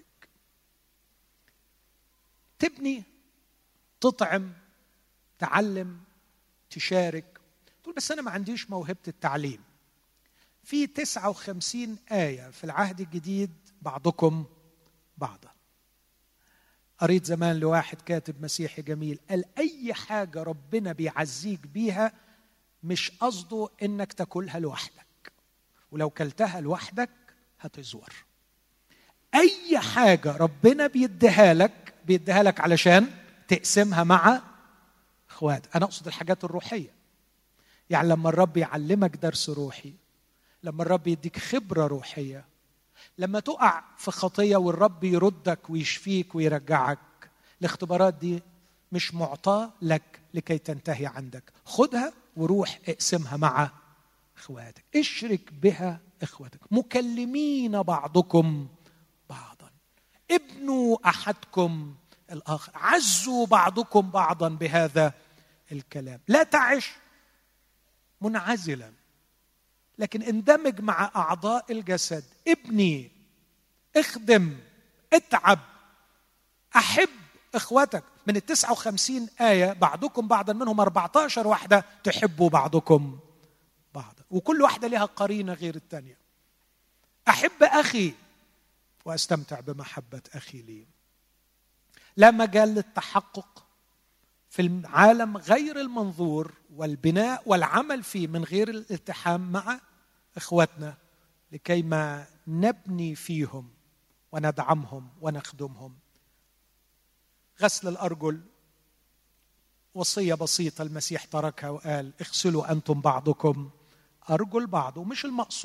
تبني، تطعم، تعلم، تشارك. تقول بس أنا ما عنديش موهبة التعليم. في 59 آية في العهد الجديد بعضكم بعضا. قريت زمان لواحد كاتب مسيحي جميل قال أي حاجة ربنا بيعزيك بيها مش قصده إنك تاكلها لوحدك، ولو كلتها لوحدك هتزور. أي حاجة ربنا بيديها لك علشان تقسمها مع إخوات. أنا أقصد الحاجات الروحية. يعني لما الرب يعلمك درس روحي، لما الرب يديك خبرة روحية، لما تقع في خطية والرب يردك ويشفيك ويرجعك، الاختبارات دي مش معطاة لك لكي تنتهي عندك. خدها وروح اقسمها مع إخواتك، اشرك بها إخواتك، مكلمين بعضكم بعضا، ابنوا أحدكم الآخر، عزوا بعضكم بعضا بهذا الكلام. لا تعش منعزلا، لكن اندمج مع أعضاء الجسد. ابني، اخدم، اتعب، أحب إخواتك. من 59 آية بعضكم بعضا منهم 14 واحدة تحبوا بعضكم بعضا، وكل واحدة لها قرينة غير الثانية. أحب أخي وأستمتع بمحبة أخي لي. لا مجال للتحقق في العالم غير المنظور والبناء والعمل فيه من غير الالتحام مع إخواتنا لكي ما نبني فيهم وندعمهم ونخدمهم. غسل الأرجل وصية بسيطة المسيح تركها وقال اغسلوا أنتم بعضكم أرجل بعض. ومش المقصود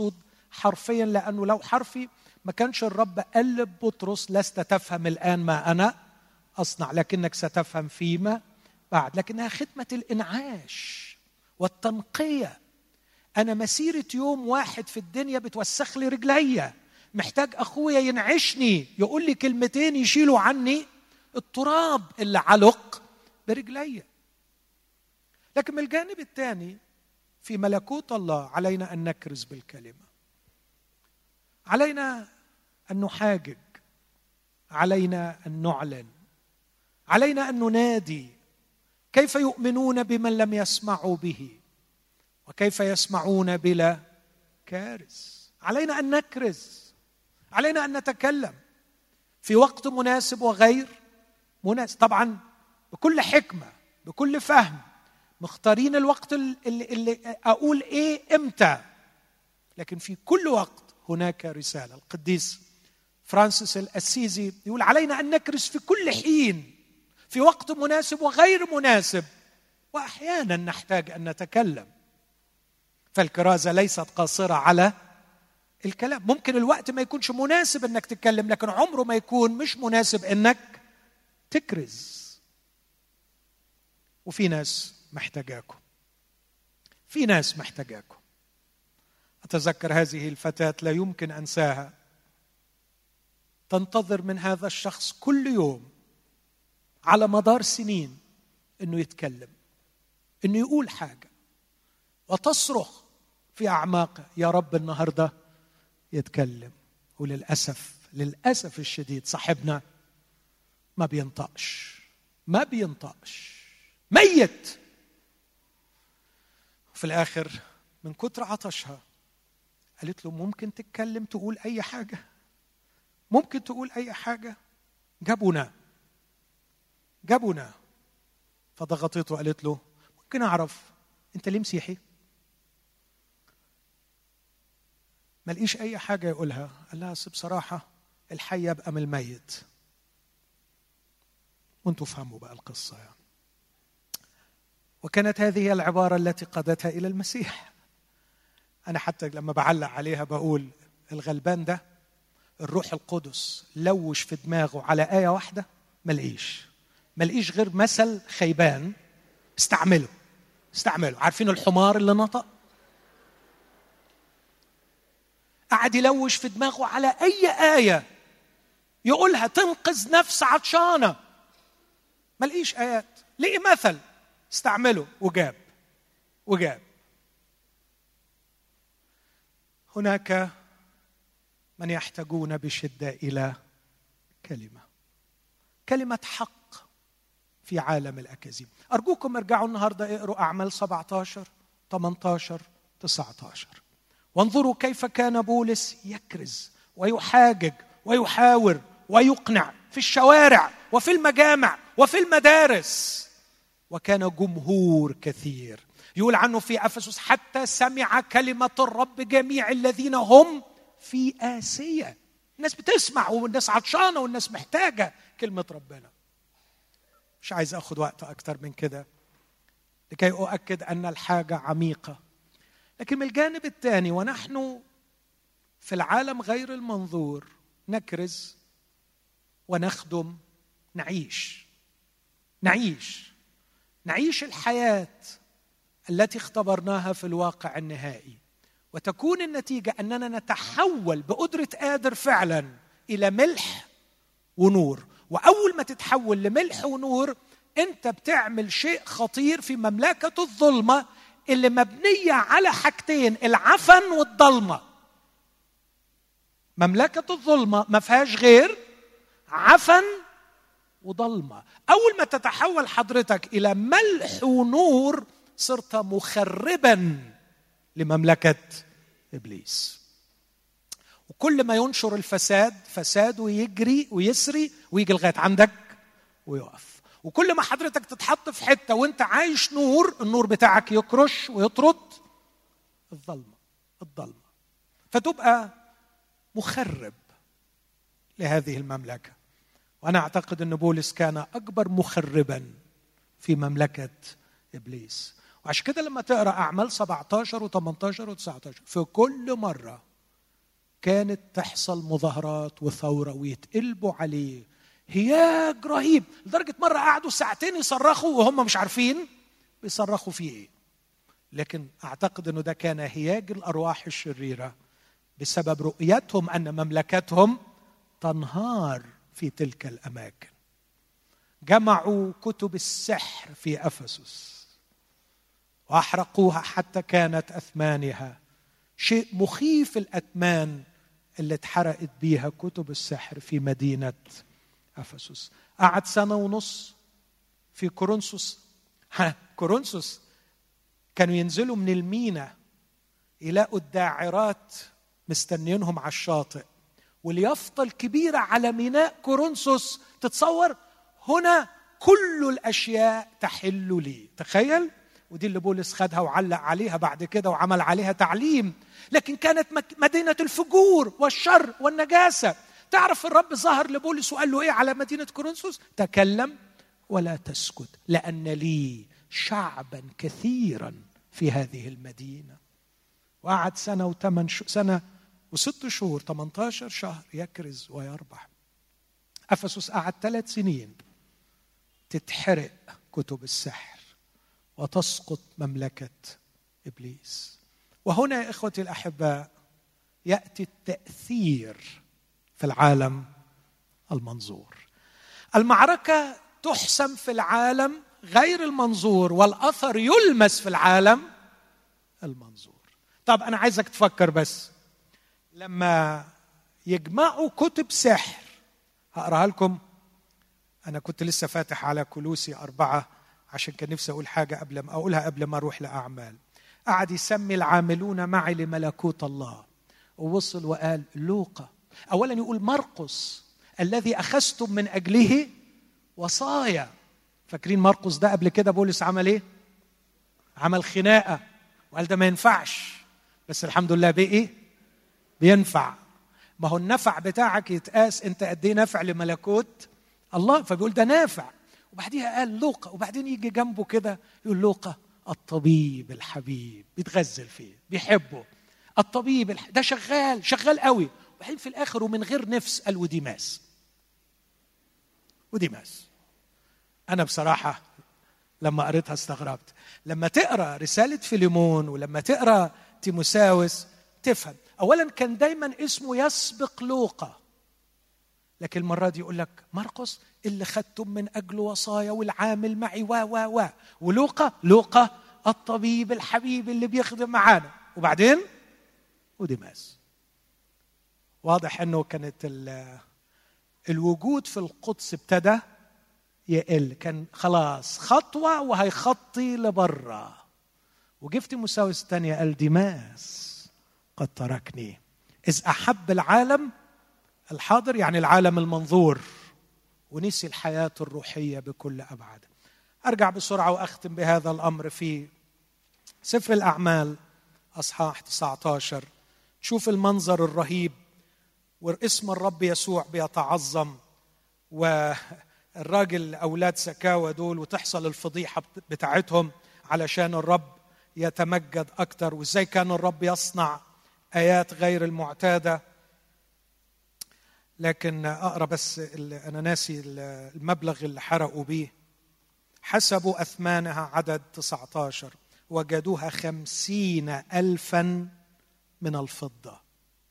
حرفيا، لأنه لو حرفي ما كانش الرب قال لبطرس لست تفهم الآن ما أنا أصنع لكنك ستفهم فيما بعد. لكنها خدمة الإنعاش والتنقية. أنا مسيرة يوم واحد في الدنيا بتوسخ لي رجليا، محتاج أخويا ينعشني، يقول لي كلمتين يشيلوا عني التراب اللي علق برجليا. لكن من الجانب الثاني في ملكوت الله علينا أن نكرز بالكلمة، علينا أن نحاجج، علينا أن نعلن، علينا أن ننادي. كيف يؤمنون بمن لم يسمعوا به؟ وكيف يسمعون بلا كارز؟ علينا أن نكرز، علينا أن نتكلم في وقت مناسب وغير مناسب، طبعا بكل حكمة بكل فهم، مختارين الوقت اللي أقول إيه إمتى، لكن في كل وقت هناك رسالة. القديس فرانسيس الأسيزي يقول علينا أن نكرز في كل حين، في وقت مناسب وغير مناسب، وأحيانا نحتاج أن نتكلم. فالكرازة ليست قاصرة على الكلام. ممكن الوقت ما يكونش مناسب أنك تتكلم، لكن عمره ما يكون مش مناسب أنك تكرز. وفي ناس محتاجاكم، في ناس محتاجاكم. أتذكر هذه الفتاة لا يمكن أنساها، تنتظر من هذا الشخص كل يوم على مدار سنين أنه يتكلم، أنه يقول حاجة، وتصرخ في أعماقه يا رب النهاردة يتكلم. وللأسف للأسف الشديد صاحبنا ما بينطقش، ما بينطقش، ميت. في الآخر من كتر عطشها قالت له ممكن تتكلم، تقول أي حاجة، ممكن تقول أي حاجة. جابونا فضغطته وقالت له ممكن أعرف أنت ليه مسيحي؟ ما لقيش أي حاجة يقولها. قال لها بصراحة الحي يبقى من الميت. وانتوا فهموا بقى القصة يعني. وكانت هذه هي العبارة التي قادتها إلى المسيح. أنا حتى لما بعلق عليها بقول الغلبان ده الروح القدس لوش في دماغه على آية واحدة، ما لقيش غير مثل خيبان استعمله. عارفين الحمار اللي نطق؟ قعد يلوش في دماغه على أي آية يقولها تنقذ نفس عطشانة، ما لقيش آيات، لقي مثل استعمله وجاب. هناك من يحتاجون بشدة إلى كلمة حق في عالم الأكاذيب. أرجوكم ارجعوا النهاردة اقروا أعمال 17 18 19 وانظروا كيف كان بولس يكرز ويحاجج ويحاور ويقنع في الشوارع وفي المجامع وفي المدارس، وكان جمهور كثير. يقول عنه في أفسس حتى سمع كلمة الرب جميع الذين هم في آسيا. الناس بتسمع والناس عطشانة والناس محتاجة كلمة ربنا. مش عايز أخذ وقت أكتر من كده لكي أؤكد أن الحاجة عميقة. لكن من الجانب الثاني ونحن في العالم غير المنظور نكرز ونخدم، نعيش الحياة التي اختبرناها في الواقع النهائي، وتكون النتيجة أننا نتحول بقدرة قادر فعلا إلى ملح ونور. وأول ما تتحول لملح ونور أنت بتعمل شيء خطير في مملكة الظلمة اللي مبنية على حاجتين، العفن والضلمة. مملكة الظلمة ما فيهاش غير عفن وضلمة. أول ما تتحول حضرتك إلى ملح ونور صرت مخربا لمملكة إبليس. وكل ما ينشر الفساد فساد ويجري ويسري ويجي لغاية عندك ويقف. وكل ما حضرتك تتحط في حتة وانت عايش نور، النور بتاعك يكرش ويطرد الضلمة فتبقى مخرب لهذه المملكة. وأنا أعتقد أن بولس كان أكبر مخربا في مملكة إبليس. وعشان كده لما تقرأ أعمال 17 و18 و19 في كل مرة كانت تحصل مظاهرات وثورة ويتقلبوا عليه هياج رهيب، لدرجة مرة قعدوا ساعتين يصرخوا وهم مش عارفين بيصرخوا فيه ايه. لكن أعتقد أنه ده كان هياج الأرواح الشريرة بسبب رؤيتهم أن مملكتهم تنهار في تلك الأماكن. جمعوا كتب السحر في أفسس وأحرقوها حتى كانت أثمانها. شيء مخيف الأثمان اللي اتحرقت بيها كتب السحر في مدينة أفسس. قعد 1.5 سنة في كورنثوس. كورنثوس كانوا ينزلوا من المينا يلاقوا الداعرات مستنيينهم على الشاطئ، واليافطة الكبيرة على ميناء كورنثوس تتصور هنا كل الأشياء تحل لي. تخيل، ودي اللي بولس خدها وعلق عليها بعد كده وعمل عليها تعليم. لكن كانت مدينة الفجور والشر والنجاسة. تعرف الرب ظهر لبولس وقال له ايه على مدينة كورنثوس؟ تكلم ولا تسكت لأن لي شعبا كثيرا في هذه المدينة. وقعد 1 و6 شهور 18 شهر يكرز ويربح. أفسس قعد 3 سنين تتحرق كتب السحر وتسقط مملكة إبليس. وهنا يا إخوتي الأحباء يأتي التأثير في العالم المنظور. المعركة تحسم في العالم غير المنظور والأثر يلمس في العالم المنظور. طب أنا عايزك تفكر بس، لما يجمعوا كتب سحر، هقراها لكم. أنا كنت لسه فاتح على كولوسي 4 عشان كان نفسي أقول حاجة قبل ما أروح لأعمال. قعد يسمي العاملون معي لملكوت الله، ووصل وقال لوقا. أولا يقول مرقس الذي أخذتم من أجله وصايا. فاكرين مرقس ده قبل كده بولس عمل إيه؟ عمل خناقة وقال ده ما ينفعش، بس الحمد لله بإيه؟ بينفع. ما هو النفع بتاعك يتقاس انت قد ايه نافع لملكوت الله، فبيقول ده نافع. وبعديها قال لوقا، وبعدين يجي جنبه كده يقول لوقا الطبيب الحبيب، بيتغزل فيه بيحبه. الطبيب ده شغال قوي. وبعدين في الاخر ومن غير نفس قال وديماس. انا بصراحه لما قريتها استغربت. لما تقرا رساله فيليمون ولما تقرا تيموساوس تفهم. اولا كان دايما اسمه يسبق لوقا، لكن المره دي يقول لك مرقس اللي خدتم من اجله وصايا والعامل معي ولوقا الطبيب الحبيب اللي بيخدم معانا. وبعدين وديماس. واضح انه كانت الوجود في القدس ابتدى يقل، كان خلاص خطوه وهيخطي لبره. وجه في تيموساوس الثانيه قال ديماس قد تركني إذ أحب العالم الحاضر، يعني العالم المنظور، ونسي الحياة الروحية بكل أبعاد. أرجع بسرعة وأختم بهذا الأمر في سفر الأعمال أصحاح 19. تشوف المنظر الرهيب واسم الرب يسوع بيتعظم، والراجل أولاد سكاوى دول وتحصل الفضيحة بتاعتهم علشان الرب يتمجد أكتر، وإزاي كان الرب يصنع آيات غير المعتادة. لكن أقرأ بس أنا ناسي المبلغ اللي حرقوا به. حسبوا أثمانها عدد 19 وجدوها 50,000 من الفضة،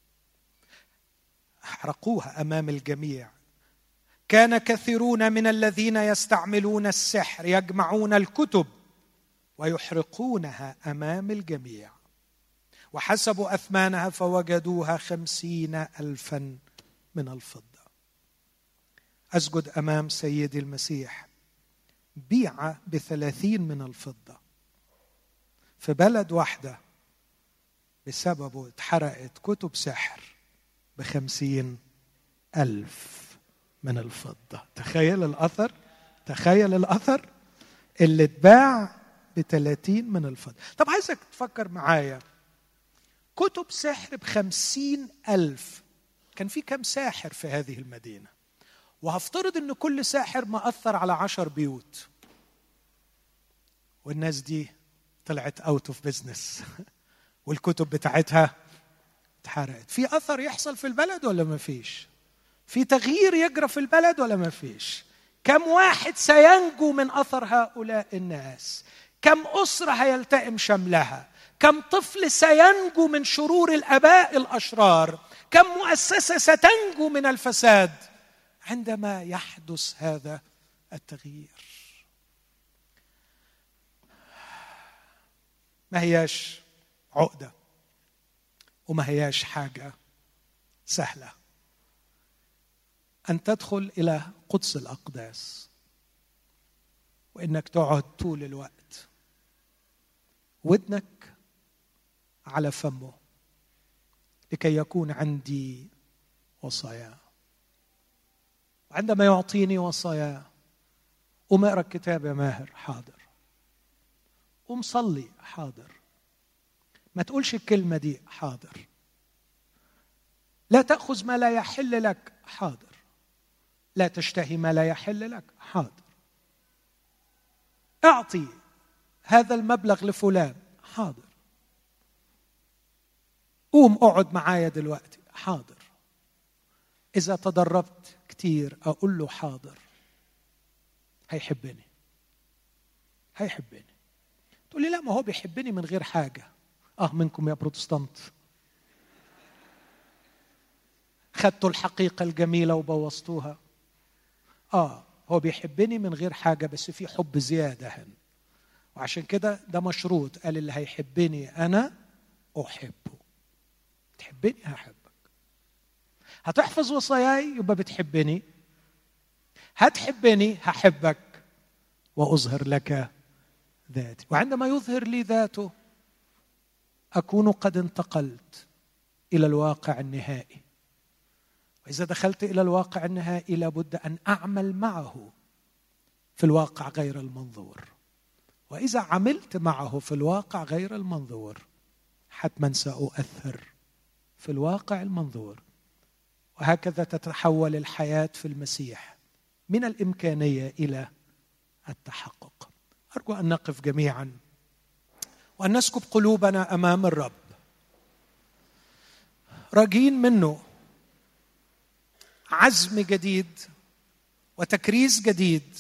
أحرقوها أمام الجميع. كان كثيرون من الذين يستعملون السحر يجمعون الكتب ويحرقونها أمام الجميع. وحسبوا أثمانها فوجدوها 50,000 من الفضة. أسجد أمام سيدي المسيح بيع ب30 من الفضة في بلد واحدة بسببه اتحرقت كتب سحر ب50,000 من الفضة. تخيل الأثر اللي اتباع ب30 من الفضة. طب عايزك تفكر معايا، كتب سحر ب50,000، كان في كم ساحر في هذه المدينة؟ وهفترض ان كل ساحر مأثر على 10 بيوت، والناس دي طلعت اوت اوف بزنس والكتب بتاعتها اتحرقت. في أثر يحصل في البلد ولا ما فيش؟ في تغيير يجرى في البلد ولا ما فيش؟ كم واحد سينجو من أثر هؤلاء الناس؟ كم أسرة هيلتئم شملها؟ كم طفل سينجو من شرور الآباء الأشرار؟ كم مؤسسة ستنجو من الفساد عندما يحدث هذا التغيير؟ ما هياش عقدة وما هياش حاجة سهلة أن تدخل إلى قدس الأقداس وإنك تقعد طول الوقت ودنك على فمه لكي يكون عندي وصايا. وعندما يعطيني وصايا قوم اقرا الكتاب يا ماهر، حاضر. قوم صلي، حاضر. ما تقولش الكلمة دي، حاضر. لا تأخذ ما لا يحل لك، حاضر. لا تشتهي ما لا يحل لك، حاضر. اعطي هذا المبلغ لفلان، حاضر. قوم اقعد معايا دلوقتي، حاضر. إذا تدربت كتير أقول له حاضر هيحبني. تقول لي لا، ما هو بيحبني من غير حاجة. منكم يا بروتستانت خدتوا الحقيقة الجميلة وبوظتوها. هو بيحبني من غير حاجة، بس في حب زيادة هنا، وعشان كده ده مشروط. قال اللي هيحبني أنا أحبه. تحبني هحبك. هتحفظ وصاياي يبقى بتحبني. هتحبني هحبك وأظهر لك ذاتي. وعندما يظهر لي ذاته أكون قد انتقلت إلى الواقع النهائي. وإذا دخلت إلى الواقع النهائي لابد أن أعمل معه في الواقع غير المنظور. وإذا عملت معه في الواقع غير المنظور حتما سأؤثر في الواقع المنظور. وهكذا تتحول الحياة في المسيح من الإمكانية إلى التحقق. أرجو أن نقف جميعا وأن نسكب قلوبنا أمام الرب راجين منه عزم جديد وتكريس جديد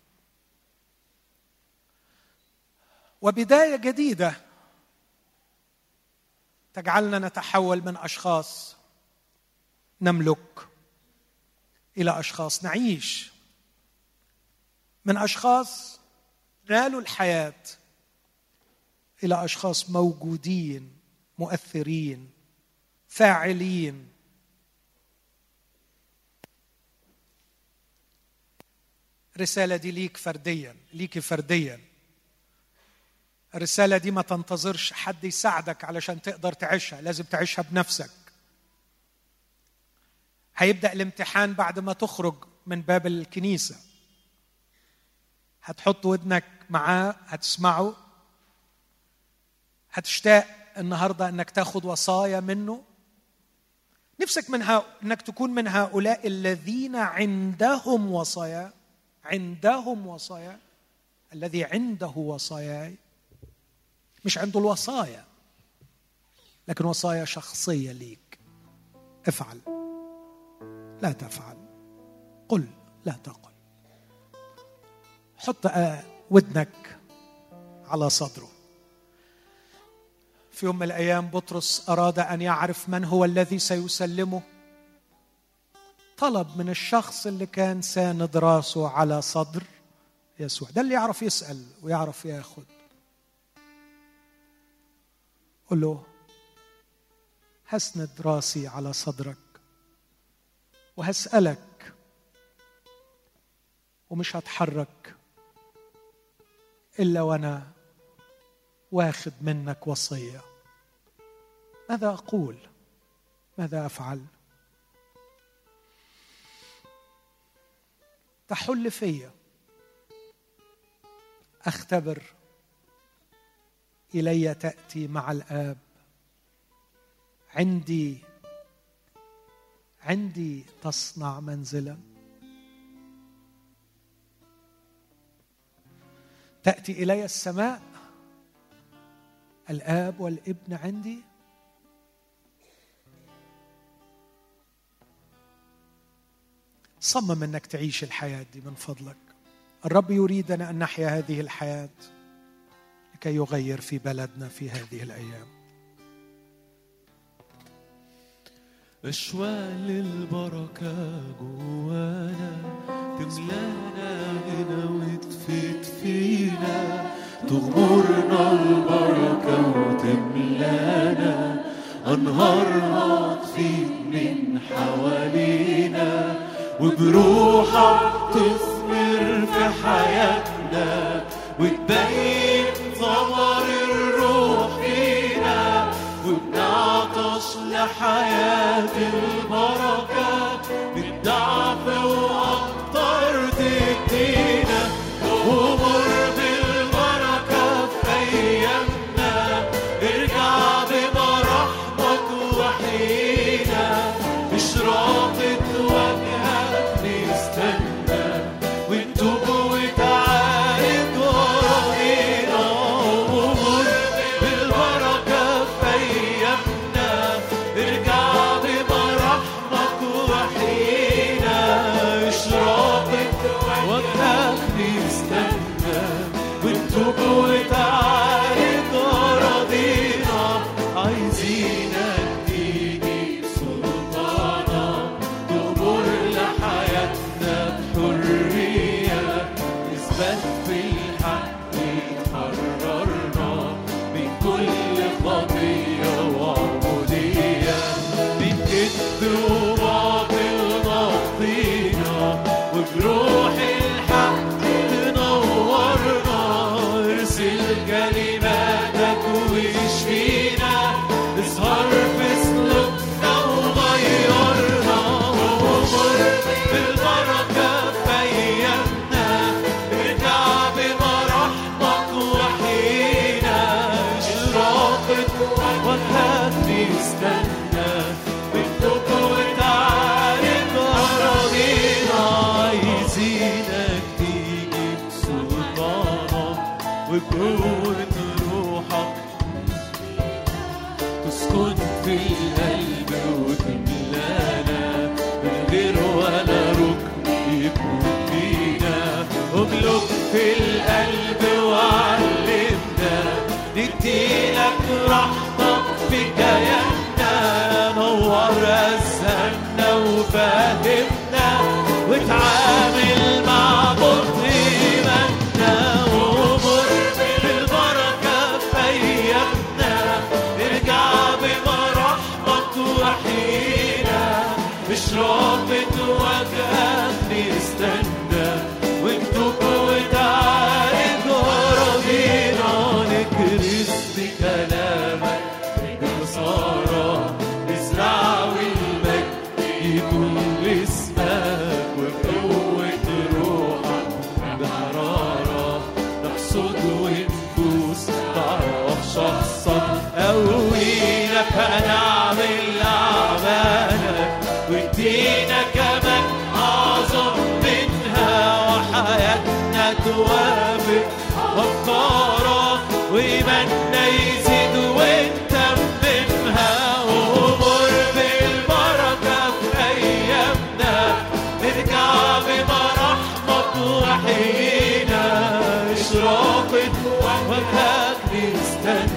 وبداية جديدة تجعلنا نتحول من أشخاص نملك إلى أشخاص نعيش، من أشخاص نالوا الحياة إلى أشخاص موجودين، مؤثرين، فاعلين. الرسالة دي ليك فرديا، ليكي فرديا. الرسالة دي ما تنتظرش حد يساعدك علشان تقدر تعيشها، لازم تعيشها بنفسك. هيبدأ الامتحان بعد ما تخرج من باب الكنيسة. هتحط ودنك معاه، هتسمعه، هتشتاق النهاردة أنك تاخد وصايا منه. نفسك أنك تكون من هؤلاء الذين عندهم وصايا. عندهم وصايا. الذي عنده وصاياي مش عنده الوصايا لكن وصايا شخصية ليك. افعل، لا تفعل، قل، لا تقل. حط ودنك على صدره. في يوم من الأيام بطرس أراد أن يعرف من هو الذي سيسلمه. طلب من الشخص اللي كان ساند راسه على صدر يسوع، ده اللي يعرف يسأل ويعرف ياخد. قل له هسند راسي على صدرك وهسألك ومش هتحرك إلا وأنا واخد منك وصية. ماذا أقول؟ ماذا أفعل؟ تحل فيا، أختبر. إلي تأتي مع الآب. عندي تصنع منزلا. تأتي إلي السماء، الآب والابن عندي. صمم أنك تعيش الحياة دي من فضلك. الرب يريدنا أن نحيا هذه الحياة لكي يغير في بلدنا في هذه الأيام. أشواق للبركة جوانا تملانا هنا وتفيد فينا، تغمرنا البركة وتملانا أنهارها تفيد من حوالينا، وبروحك تثمر في حياتنا وتبين ثمر الروح فينا، وبنعطش لحياة البركة بالضعف وأكتر تدينا، ومر بالبركة في أيامنا، ارجع بمراحمك وحينا، إشراقة وجهك نستنى ونتوب وتعالج وراضينا، ومر بالبركة في أيامنا، ارجع بمراحمك وحينا، إشراقة وجهك نستنى ونتوب وتعالج وراضينا، عايزينك تيجي بسلطانك تمر لحياتنا بحرية، نثبت في الحق تحررنا من كل خطية وعبودية، من كذب وباطل نقضينا، وبروح الحق تنورنا، ارسل كلماتك واشفينا، اظهر في سلوكنا وغيرنا، ومر بالبركة في أيامنا، ارجع بمراحمك وحينا، إشراقة وجهك نستنى ونتوب وتعالج أراضينا، عايزينك تيجي بسلطانك وبقوة روحك تسكن في القلب وتملانا، من غير ولا ركن يكون فينا، املك في القلب وعلمنا، نديلك راحتك في كياننا، نور أذهاننا وفهمنا وتعامل مع بطء إيماننا، ومر بالبركة في أيامنا، ارجع بمراحمك وحينا، إشراقة وجهك نستنى ونتوب وتعالج وراضينا، نكرس بكلامك بخسارة، نزرع والمجد يكون لاسمك، وبقوة روحك بحرارة نحصد ونفوس تعرف شخصك، قوينا فنعمل أعمالك وادينا كمان أعظم منها، وحياتنا توافق أفكارك وإيماننا يزيد ونتممها، ومر بالبركة في أيامنا، نرجع بمراحمك وحينا، إشراقة وجهك نستنى